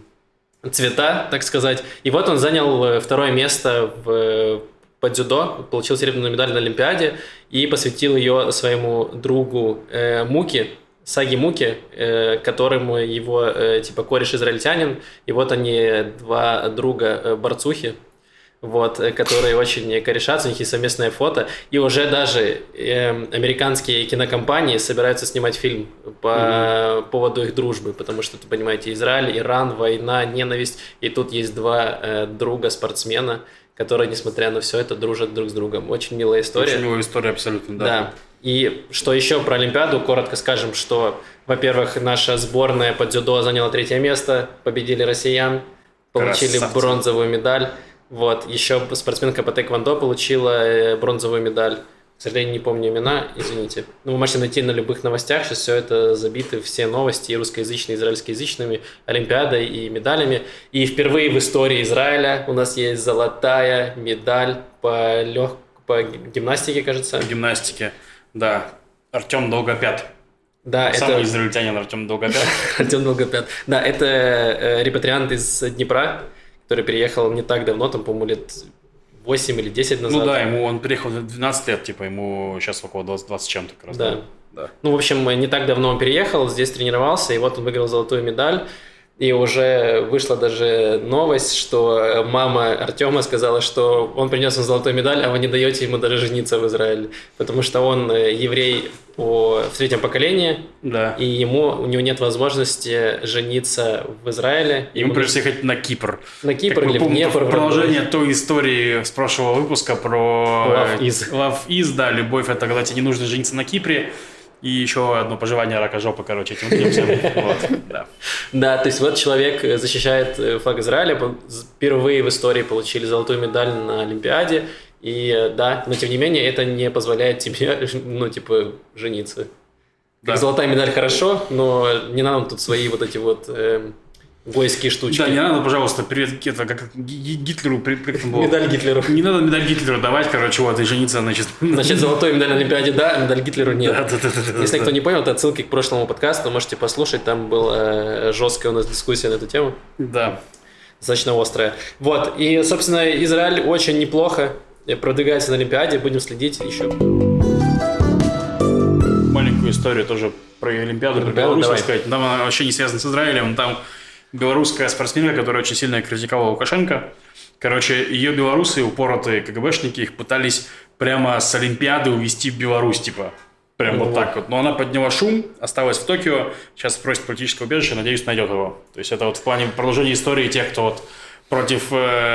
цвета, так сказать. И вот он занял второе место по дзюдо, получил серебряную медаль на Олимпиаде и посвятил ее своему другу Муки, Саги Муки, которому его типа кореш израильтянин, и вот они два друга борцухи, вот, которые очень корешатся, у них есть совместное фото, и уже даже американские кинокомпании собираются снимать фильм по поводу их дружбы, потому что, ты понимаете, Израиль, Иран, война, ненависть, и тут есть два друга-спортсмена, которые, несмотря на все это, дружат друг с другом. Очень милая история. Очень милая история, абсолютно, да. Да. И что еще про Олимпиаду, коротко скажем, что, во-первых, наша сборная по дзюдо заняла 3-е место, победили россиян, получили бронзовую медаль. Вот. Еще спортсменка по тэквондо получила бронзовую медаль. К сожалению, не помню имена, извините. Но вы можете найти на любых новостях, сейчас все это забиты, все новости, и русскоязычные, и израильскоязычными, Олимпиадой и медалями. И впервые в истории Израиля у нас есть золотая медаль по гимнастике, кажется. По гимнастике, да. Артем Долгопят. Да, самый израильтянин Артем Долгопят. Артем Долгопят. Да, это репатриант из Днепра, который переехал не так давно, там, по-моему, лет 8 или 10 назад. Ну да, он переехал в 12 лет, типа, ему сейчас около 20 чем-то как раз. Да. Ну, в общем, не так давно он переехал, здесь тренировался, и вот он выиграл золотую медаль. И уже вышла даже новость, что мама Артема сказала, что он принес ему золотую медаль, а вы не даете ему даже жениться в Израиле. Потому что он еврей в третьем поколении, Да. и у него нет возможности жениться в Израиле. Ему придется ехать на Кипр. На Кипр или в Днепр. Продолжение той истории с прошлого выпуска про Love is. Да, любовь, это когда тебе не нужно жениться на Кипре. И еще одно пожевание рака жопы, короче, этим вот, да. Да, то есть вот человек защищает флаг Израиля, впервые в истории получили золотую медаль на Олимпиаде, и да, но тем не менее это не позволяет тебе, жениться. Да. Золотая медаль хорошо, но не надо тут свои вот эти вот гойские штучки. Да, не надо, пожалуйста, привет, как Гитлеру. Медаль Гитлеру. Не надо медаль Гитлеру давать, короче, вот, и жениться, значит. Значит, золотой медаль на Олимпиаде, да, а медаль Гитлеру нет. Да. Если кто не понял, это отсылки к прошлому подкасту, можете послушать, там была жесткая у нас дискуссия на эту тему. Да. Достаточно острая. Вот, и, собственно, Израиль очень неплохо продвигается на Олимпиаде, будем следить еще. Маленькую историю тоже про Олимпиаду, про Беларусь рассказать. Там она вообще не связана с Израилем, там белорусская спортсменка, которая очень сильно критиковала Лукашенко. Короче, ее белорусы, упоротые КГБшники, их пытались прямо с Олимпиады увезти в Беларусь, типа. Прям вот так вот. Но она подняла шум, осталась в Токио, сейчас просит политическое убежище, надеюсь, найдет его. То есть это вот в плане продолжения истории тех, кто вот против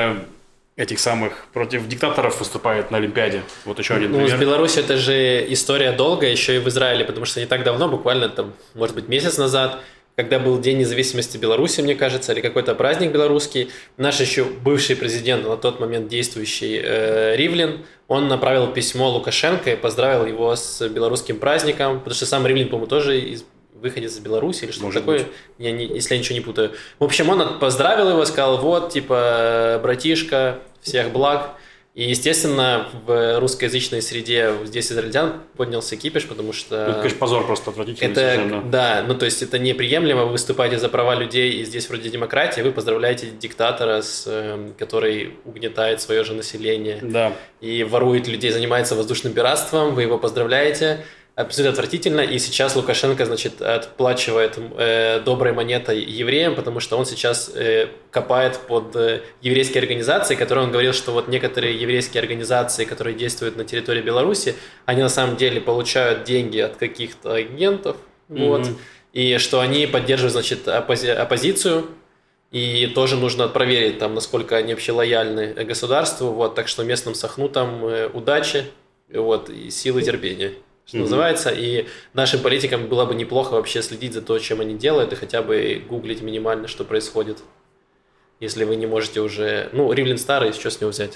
против диктаторов выступает на Олимпиаде. Вот еще один пример. В Беларуси это же история долгая, еще и в Израиле, потому что не так давно, буквально там, может быть, месяц назад, когда был День независимости Беларуси, мне кажется, или какой-то праздник белорусский, наш еще бывший президент, на тот момент действующий Ривлин, он направил письмо Лукашенко и поздравил его с белорусским праздником, потому что сам Ривлин, по-моему, тоже выходец из Беларуси или что-то такое, если я ничего не путаю. В общем, он поздравил его, сказал, вот, типа, братишка, всех благ. И, естественно, в русскоязычной среде здесь израильтян поднялся кипиш, потому что... Это, конечно, позор просто отвратительный. Да, ну то есть это неприемлемо, вы выступаете за права людей, и здесь вроде демократия, вы поздравляете диктатора, который угнетает свое же население, да. И ворует людей, занимается воздушным пиратством, вы его поздравляете. Абсолютно отвратительно, и сейчас Лукашенко, значит, отплачивает доброй монетой евреям, потому что он сейчас копает под еврейские организации, которые он говорил, что вот некоторые еврейские организации, которые действуют на территории Беларуси, они на самом деле получают деньги от каких-то агентов, вот, и что они поддерживают, значит, оппозицию, и тоже нужно проверить, там, насколько они вообще лояльны государству, вот, так что местным сахнутам удачи, вот, и силы терпения. Что называется, и нашим политикам было бы неплохо вообще следить за то, чем они делают, и хотя бы гуглить минимально, что происходит, если вы не можете уже... Ну, Ривлин старый, что с него взять?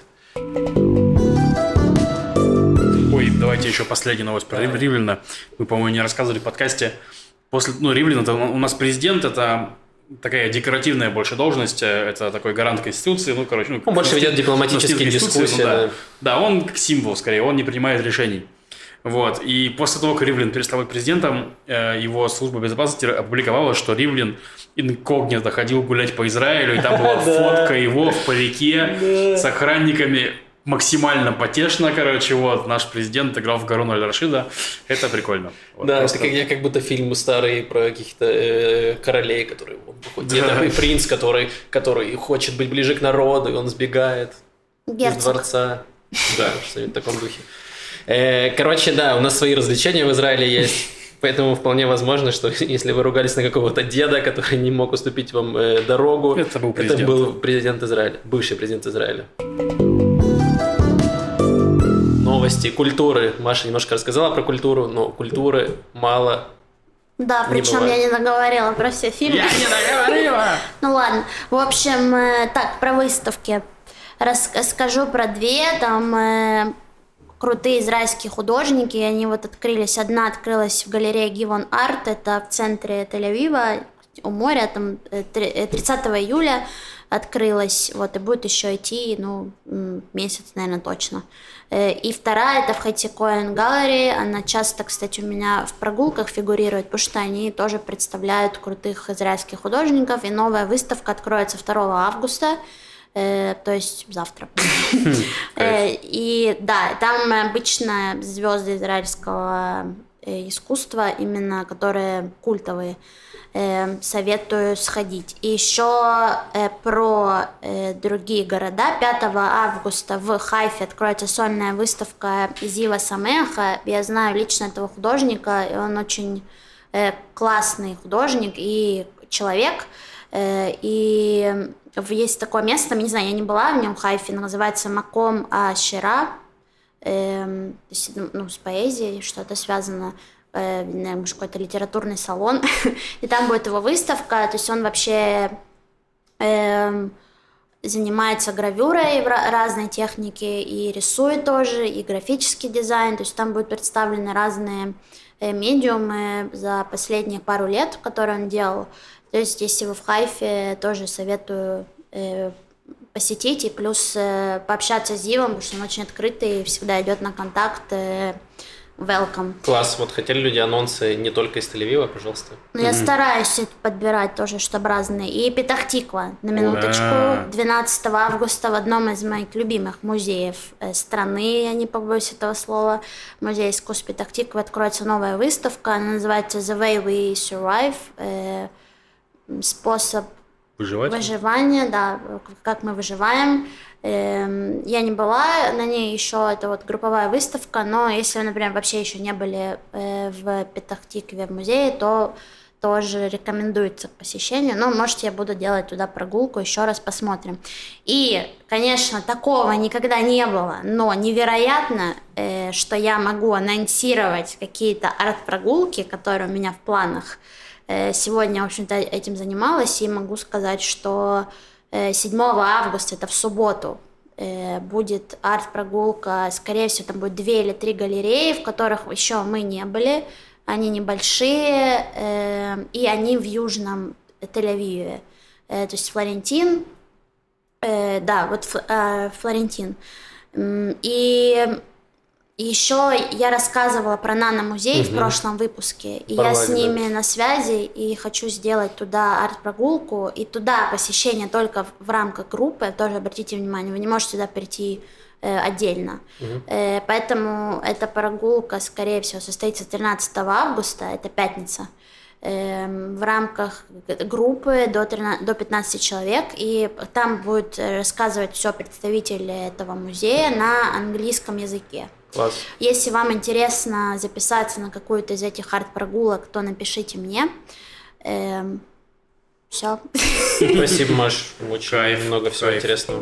Ой, давайте еще последнюю новость про Ривлина. Мы, по-моему, не рассказывали в подкасте. Ривлин, это у нас президент, это такая декоративная больше должность, это такой гарант Конституции, он больше ведет дипломатические дискуссии. Да, он как символ, скорее, он не принимает решений. Вот. И после того, как Ривлин перестал быть президентом, его служба безопасности опубликовала, что Ривлин инкогнито ходил гулять по Израилю, и там была фотка его в парике с охранниками. Максимально потешно, короче, вот, наш президент играл в Гаруна аль-Рашида, это прикольно. Вот, да, просто... это как будто фильмы старые про каких-то королей, которые такой принц, который хочет быть ближе к народу, и он сбегает из дворца. Да, что-нибудь в таком духе. Короче, да, у нас свои развлечения в Израиле есть, поэтому вполне возможно, что если вы ругались на какого-то деда, который не мог уступить вам дорогу, это был президент Израиля, бывший президент Израиля. Новости, культуры. Маша немножко рассказала про культуру, но культуры мало. Да, причем я не договорила про все фильмы. Я не договорила! Ну ладно, в общем, так, про выставки. Расскажу про две, там... крутые израильские художники, они вот открылись. Одна открылась в галерее Гивон Арт, это в центре Тель-Авива, у моря, там 30 июля открылась, вот, и будет еще идти, месяц, наверное, точно. И вторая, это в Хэтти Коэн Галлери, она часто, кстати, у меня в прогулках фигурирует, потому что они тоже представляют крутых израильских художников, и новая выставка откроется 2 августа, то есть завтра. И да, там обычно звезды израильского искусства, именно которые культовые. Советую сходить. И еще про другие города. 5 августа в Хайфе откроется сольная выставка Зива Самеха. Я знаю лично этого художника, и он очень классный художник и человек. И есть такое место, не знаю, я не была в нем, в Хайфе, называется Маком Ашира, с поэзией что-то связано, наверное, какой-то литературный салон, и там будет его выставка, то есть он вообще занимается гравюрой в разной технике и рисует тоже, и графический дизайн, то есть там будут представлены разные медиумы за последние пару лет, которые он делал. То есть если вы в Хайфе, тоже советую посетить и плюс пообщаться с Зивом, потому что он очень открытый и всегда идет на контакт. Welcome. Класс. Вот хотели люди анонсы не только из Тель-Авива, пожалуйста. Ну, я стараюсь подбирать тоже, чтобы разные. И Петах-Тиква, на минуточку, 12 августа в одном из моих любимых музеев страны, я не побоюсь этого слова, музей искусств Петах-Тиквы, откроется новая выставка, она называется The Way We Survive, способ выживания, да, как мы выживаем. Я не была на ней еще, это вот групповая выставка, но если вы, например, вообще еще не были в Петах-Тикве в музее, то тоже рекомендуется к посещению. Но, может, я буду делать туда прогулку, еще раз посмотрим. И, конечно, такого никогда не было, но невероятно, что я могу анонсировать какие-то арт-прогулки, которые у меня в планах. Сегодня, в общем-то, этим занималась, и могу сказать, что 7 августа, это в субботу, будет арт-прогулка, скорее всего, там будет 2 или 3 галереи, в которых еще мы не были, они небольшие, и они в Южном Тель-Авиве, то есть Флорентин, да, вот Флорентин, и еще я рассказывала про нано-музей в прошлом выпуске, и я с ними на связи, и хочу сделать туда арт-прогулку, и туда посещение только в рамках группы, тоже обратите внимание, вы не можете туда прийти отдельно. Поэтому эта прогулка, скорее всего, состоится 13 августа, это пятница, в рамках группы до 15 человек, и там будет рассказывать все представитель этого музея на английском языке. Класс. Если вам интересно записаться на какую-то из этих арт-прогулок, то напишите мне. Все. Спасибо, Маш. Очень много всего интересного.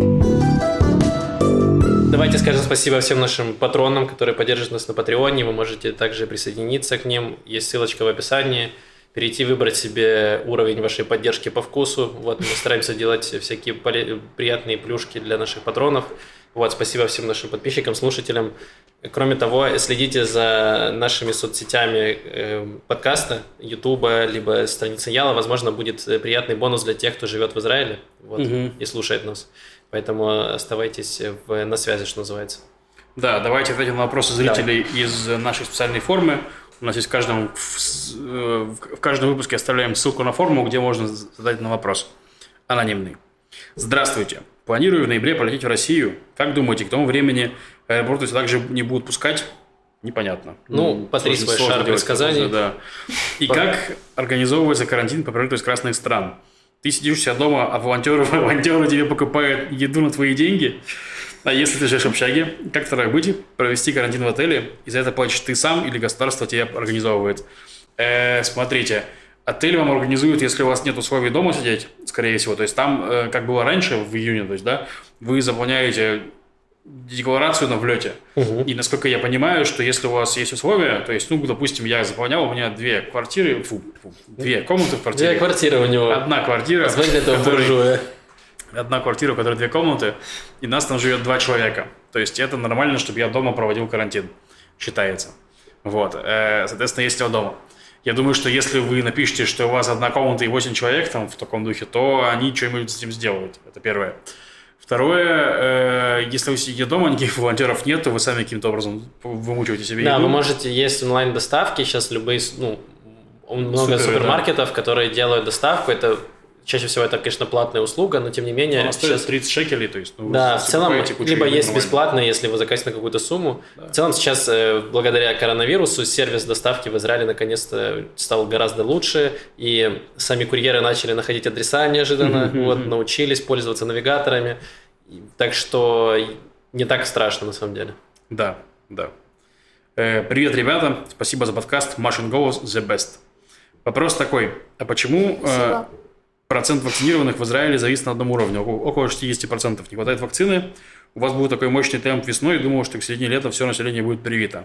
Давайте скажем спасибо всем нашим патронам, которые поддерживают нас на Патреоне. Вы можете также присоединиться к ним. Есть ссылочка в описании. Перейти, выбрать себе уровень вашей поддержки по вкусу. Вот, мы стараемся делать всякие приятные плюшки для наших патронов. Вот, спасибо всем нашим подписчикам, слушателям. Кроме того, следите за нашими соцсетями подкаста, Ютуба, либо страницы Яла. Возможно, будет приятный бонус для тех, кто живет в Израиле и слушает нас. Поэтому оставайтесь на связи, что называется. Да, давайте ответим на вопросы зрителей из нашей специальной формы. У нас есть в каждом выпуске оставляем ссылку на форму, где можно задать на вопрос. Анонимный. Здравствуйте. Планирую в ноябре полететь в Россию. Как думаете, к тому времени аэропорты также не будут пускать? Непонятно. Потри свой шар предсказаний. Да. И как организовывается карантин по прилету из красных стран? Ты сидишь у себя дома, а волонтеры тебе покупают еду на твои деньги? А если ты живешь в общаге, как тогда быть? Провести карантин в отеле? И за это платишь ты сам или государство тебе организовывает? Смотрите. Отель вам организуют, если у вас нет условий дома сидеть, скорее всего. То есть там, как было раньше, в июне, то есть, да, вы заполняете декларацию на влете. И насколько я понимаю, что если у вас есть условия, то есть, допустим, я заполнял, у меня 2 квартиры, 2 комнаты в квартире. 2 квартиры у него. Одна квартира. Одна квартира, у которой 2 комнаты, и нас там живет 2 человека. То есть это нормально, чтобы я дома проводил карантин, считается. Вот. Соответственно, если я дома. Я думаю, что если вы напишете, что у вас 1 комната и 8 человек там в таком духе, то они что-нибудь с этим сделают. Это первое. Второе, если вы сидите дома, никаких волонтеров нет, то вы сами каким-то образом вымучиваете себе еду. Да, вы можете, есть онлайн-доставки, сейчас любые, много супермаркетов, которые делают доставку, это чаще всего это, конечно, платная услуга, но тем не менее... Она стоит 30 шекелей, то есть... Да, в целом, либо есть бесплатно, если вы заказываете на какую-то сумму. Да. В целом сейчас, благодаря коронавирусу, сервис доставки в Израиле наконец-то стал гораздо лучше, и сами курьеры начали находить адреса неожиданно, научились пользоваться навигаторами, так что не так страшно на самом деле. Да. Привет, ребята, спасибо за подкаст Machine Goes the best. Вопрос такой, а почему процент вакцинированных в Израиле завис на одном уровне? Около 60%. Не хватает вакцины, у вас будет такой мощный темп весной, думал, что к середине лета все население будет привито.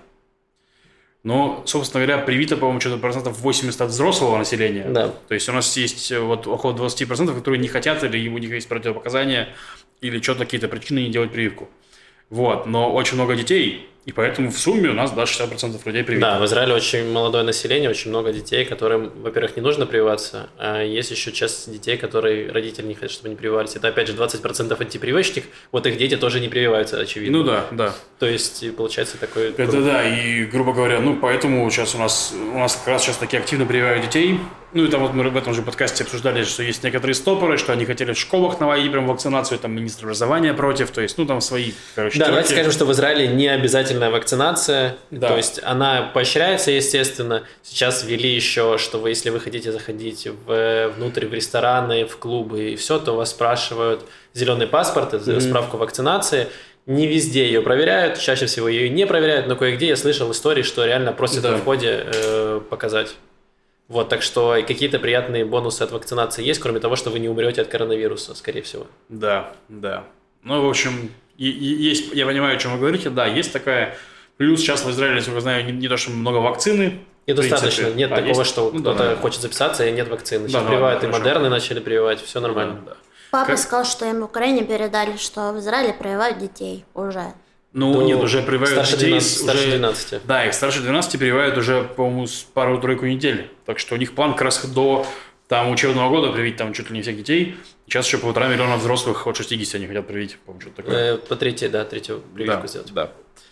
Но, собственно говоря, привито, по-моему, что-то процентов 80 от взрослого населения. Да. То есть у нас есть вот около 20%, которые не хотят, или у них есть противопоказания, или что-то какие-то причины не делать прививку. Вот, но очень много детей, и поэтому в сумме у нас, да, 60% людей привиты. Да, в Израиле очень молодое население, очень много детей, которым, во-первых, не нужно прививаться, а есть еще часть детей, которые родители не хотят, чтобы они прививались. Это, опять же, 20% антипрививочных, вот их дети тоже не прививаются, очевидно. Ну да. То есть, получается такой... Это да, и, грубо говоря, поэтому сейчас у нас как раз сейчас такие активно прививают детей. Ну, и там вот мы в этом же подкасте обсуждали, что есть некоторые стопоры, что они хотели в школах наводить прям вакцинацию, там министр образования против, то есть, там свои, короче, да, давайте скажем, что в Израиле не обязательная вакцинация, да. То есть она поощряется, естественно. Сейчас ввели еще, что если вы хотите заходить внутрь в рестораны, в клубы и все, то вас спрашивают зеленый паспорт, справку вакцинации. Не везде ее проверяют, чаще всего ее не проверяют, но кое-где я слышал истории, что реально просят на входе показать. Вот, так что какие-то приятные бонусы от вакцинации есть, кроме того, что вы не умрете от коронавируса, скорее всего. Да. Ну, в общем, есть, я понимаю, о чем вы говорите, да, есть такая... Плюс сейчас в Израиле, если вы знаете, не то, что много вакцины. Недостаточно, нет такого, что кто-то хочет записаться, и нет вакцины. Сейчас прививают, и Модерны начали прививать, все нормально. Да. Папа сказал, что им в Украине передали, что в Израиле прививают детей уже. Нет, уже прививают детей. Старше 12. Да, их старше 12 прививают уже, по-моему, с пару-тройку недель. Так что у них план как раз до учебного года привить там чуть ли не всех детей. Сейчас еще 1,5 миллиона взрослых от 60 они хотят привить, по-моему, что-то такое. Третью прививку сделать. Да.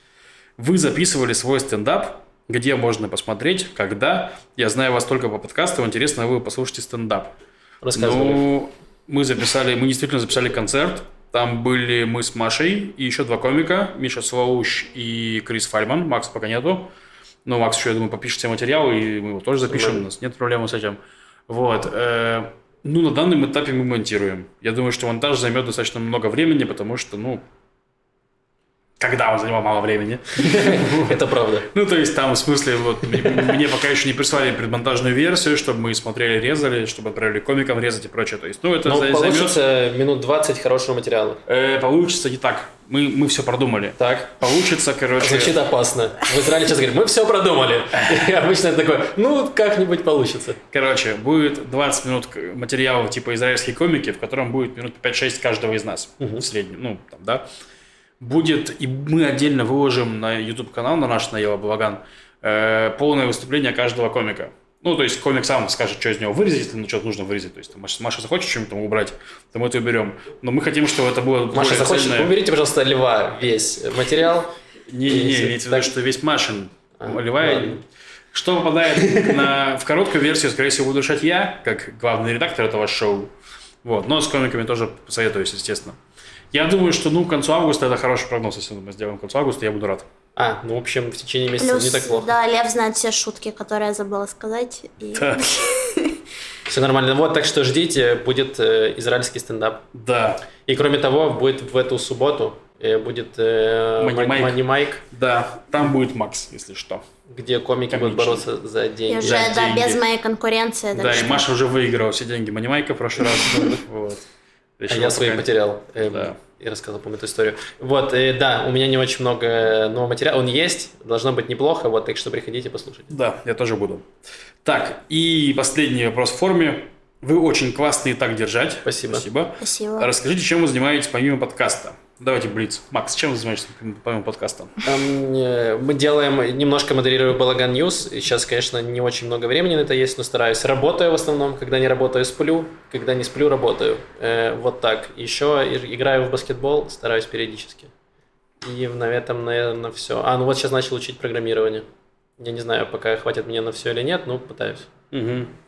Вы записывали свой стендап, где можно посмотреть, когда. Я знаю вас только по подкасту, интересно, вы послушайте стендап. Рассказывали. Мы действительно записали концерт. Там были мы с Машей и еще 2 комика, Миша Слоуш и Крис Фальман. Макс пока нету. Но Макс еще, я думаю, попишет все материалы, и мы его тоже запишем, у нас нет проблем с этим. Вот. На данном этапе мы монтируем. Я думаю, что монтаж займет достаточно много времени, потому что, когда он занимал мало времени. Это правда. То есть там, в смысле, мне пока еще не прислали предмонтажную версию, чтобы мы смотрели, резали, чтобы отправили комикам резать и прочее. То есть, это займет... получится минут 20 хорошего материала. Получится не так. Мы все продумали. Так. Получится, короче... Звучит опасно. В Израиле сейчас говорят, мы все продумали. И обычно это такое, как-нибудь получится. Короче, будет 20 минут материала типа израильские комики, в котором будет минут 5-6 каждого из нас в среднем. Будет, и мы отдельно выложим на YouTube-канал, на наш, на Ева Балаган, полное выступление каждого комика. То есть комик сам скажет, что из него вырезать, если что-то нужно вырезать. То есть Маша захочет что-нибудь убрать, то мы это уберем. Но мы хотим, чтобы это было Маша захочет, уберите, пожалуйста, Льва весь материал. Не, имеется в виду, что весь Машин. Льва... Что попадает в короткую версию, скорее всего, буду решать я, как главный редактор этого шоу. Но с комиками тоже посоветуюсь, естественно. Я думаю, что к концу августа это хороший прогноз. Если мы сделаем к концу августа, я буду рад. В общем, в течение месяца не так плохо. Да, Лев знает все шутки, которые я забыла сказать. Да. Все нормально. Так что ждите, будет израильский стендап. Да. И кроме того, будет в эту субботу будет Money Mike. Да, там будет Макс, если что. Где комики будут бороться за деньги. И уже, без моей конкуренции. Да, и Маша уже выиграла все деньги Money Mike в прошлый раз. А я свои потерял и рассказал, по-моему, эту историю. У меня не очень много нового материала. Он есть, должно быть неплохо, так что приходите послушать. Да, я тоже буду. Так, и последний вопрос в форме. Вы очень классные так держать. Спасибо. Расскажите, чем вы занимаетесь помимо подкаста? Давайте блиц. Макс, чем вы занимаетесь помимо подкаста? Мы делаем, немножко модерирую Балаган Ньюс. Сейчас, конечно, не очень много времени на это есть, но стараюсь. Работаю в основном. Когда не работаю, сплю. Когда не сплю, работаю. Вот так. Еще играю в баскетбол, стараюсь периодически. И на этом, наверное, все. Сейчас начал учить программирование. Я не знаю, пока хватит мне на все или нет, но пытаюсь. Угу.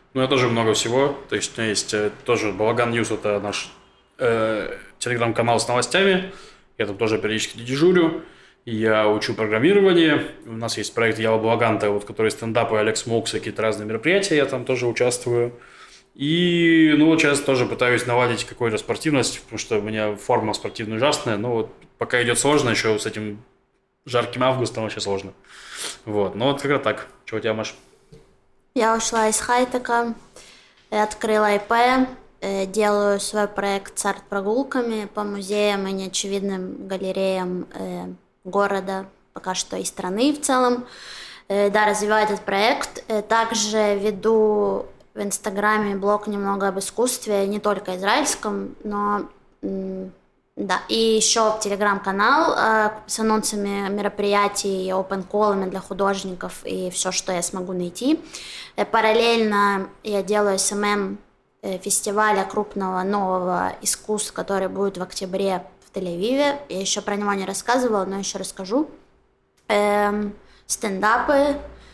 Ну, я тоже много всего. То есть у меня есть тоже Балаган Ньюс, это наш телеграм-канал с новостями. Я там тоже периодически дежурю. Я учу программирование. У нас есть проект Ява Балаганта, вот, который стендапы, Алекс Мокс, какие-то разные мероприятия. Я там тоже участвую. И, ну, вот сейчас тоже пытаюсь наладить какую-то спортивность, потому что у меня форма спортивная ужасная. Но вот пока идет сложно, еще с этим жарким августом вообще сложно. Вот, ну вот как-то так. Что у тебя, Маш? Я ушла из хай-тека, открыла ИП, делаю свой проект с арт-прогулками по музеям и неочевидным галереям города, пока что и страны в целом. Да, развиваю этот проект. Также веду в Инстаграме блог немного об искусстве, не только израильском, но да, и еще в Телеграм-канал с анонсами мероприятий, опен-коллами для художников и все, что я смогу найти. Параллельно я делаю СММ фестиваля крупного нового искусств, который будет в октябре в Тель-Авиве. Я еще про него не рассказывала, но еще расскажу. Стендапы.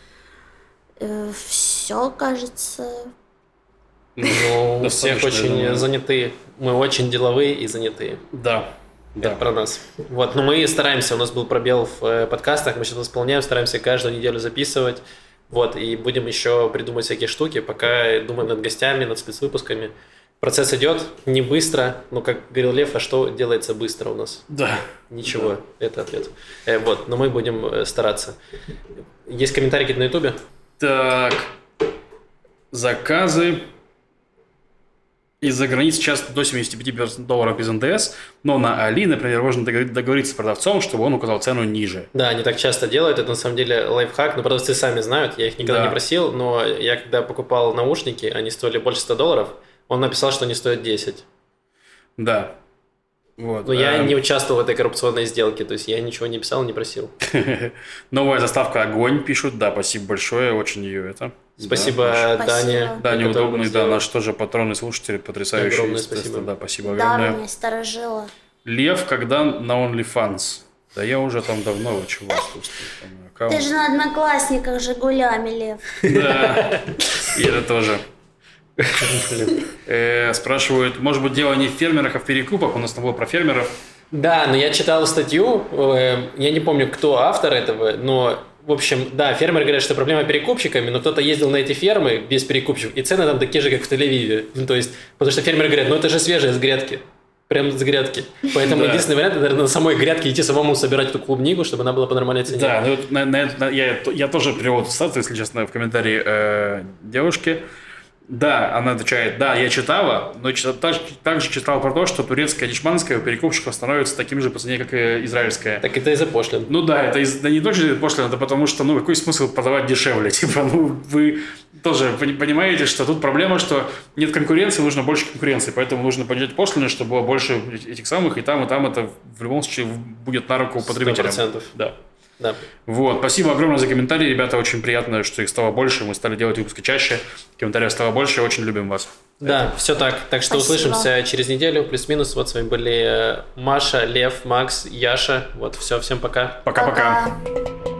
Все, кажется. Ну, у всех очень занятые. Мы очень деловые и занятые. Да. Это про нас. Вот, но мы стараемся, у нас был пробел в подкастах, мы сейчас восполняем, стараемся каждую неделю записывать. Вот, и будем еще придумать всякие штуки, пока думаем над гостями, над спецвыпусками. Процесс идет не быстро, но, как говорил Лев, а что делается быстро у нас? Да. Ничего, это ответ. Вот, но мы будем стараться. Есть комментарии какие-то на Ютубе? Так, заказы из-за границы сейчас до $75 без НДС, но на Али, например, можно договориться с продавцом, чтобы он указал цену ниже. Да, они так часто делают, это на самом деле лайфхак, но продавцы сами знают, я их никогда не просил, но я когда покупал наушники, они стоили больше $100, он написал, что они стоят 10. Да. Вот. Но я не участвовал в этой коррупционной сделке, то есть я ничего не писал, не просил. Новая заставка «Огонь» пишут, да, спасибо большое, очень ее это... Спасибо, Дане. Да, неудобный, да, наш тоже патронный слушатель, потрясающий. Огромное спасибо. Да, спасибо огромное. Да, мне сторожила. Лев, когда на OnlyFans? Да я уже там давно, чего, собственно. Ты же на Одноклассниках же гулями, Лев. Да, и это тоже. Спрашивают, может быть, дело не в фермерах, а в перекупах? У нас там было про фермеров. Да, но я читал статью, я не помню, кто автор этого, но... В общем, да, фермеры говорят, что проблема перекупщиками, но кто-то ездил на эти фермы без перекупщиков, и цены там такие же, как в Тель-Авиве. Ну, то есть, потому что фермеры говорят, ну это же свежее с грядки. Прям с грядки. Поэтому единственный вариант, это, наверное, на самой грядке идти самому собирать эту клубнику, чтобы она была по нормальной цене. Да, ну, я тоже привел эту статую, если честно, в комментарии девушки. Да, она отвечает, да, я читала, но также читала про то, что турецкая дешманская у перекупщиков становится таким же по цене, как и израильская. Так это из-за пошлин. Ну да, это не точно из-за пошлин, это потому что, ну, какой смысл продавать дешевле? Типа, ну, вы тоже понимаете, что тут проблема, что нет конкуренции, нужно больше конкуренции, поэтому нужно поднять пошлины, чтобы было больше этих самых, и там это в любом случае будет на руку потребителям. 100%. Да. Да. Вот, спасибо огромное за комментарии, ребята, очень приятно, что их стало больше, мы стали делать выпуски чаще, комментариев стало больше, очень любим вас. Да, все так, так что услышимся через неделю, плюс-минус, вот с вами были Маша, Лев, Макс, Яша, вот, все, всем пока. Пока-пока.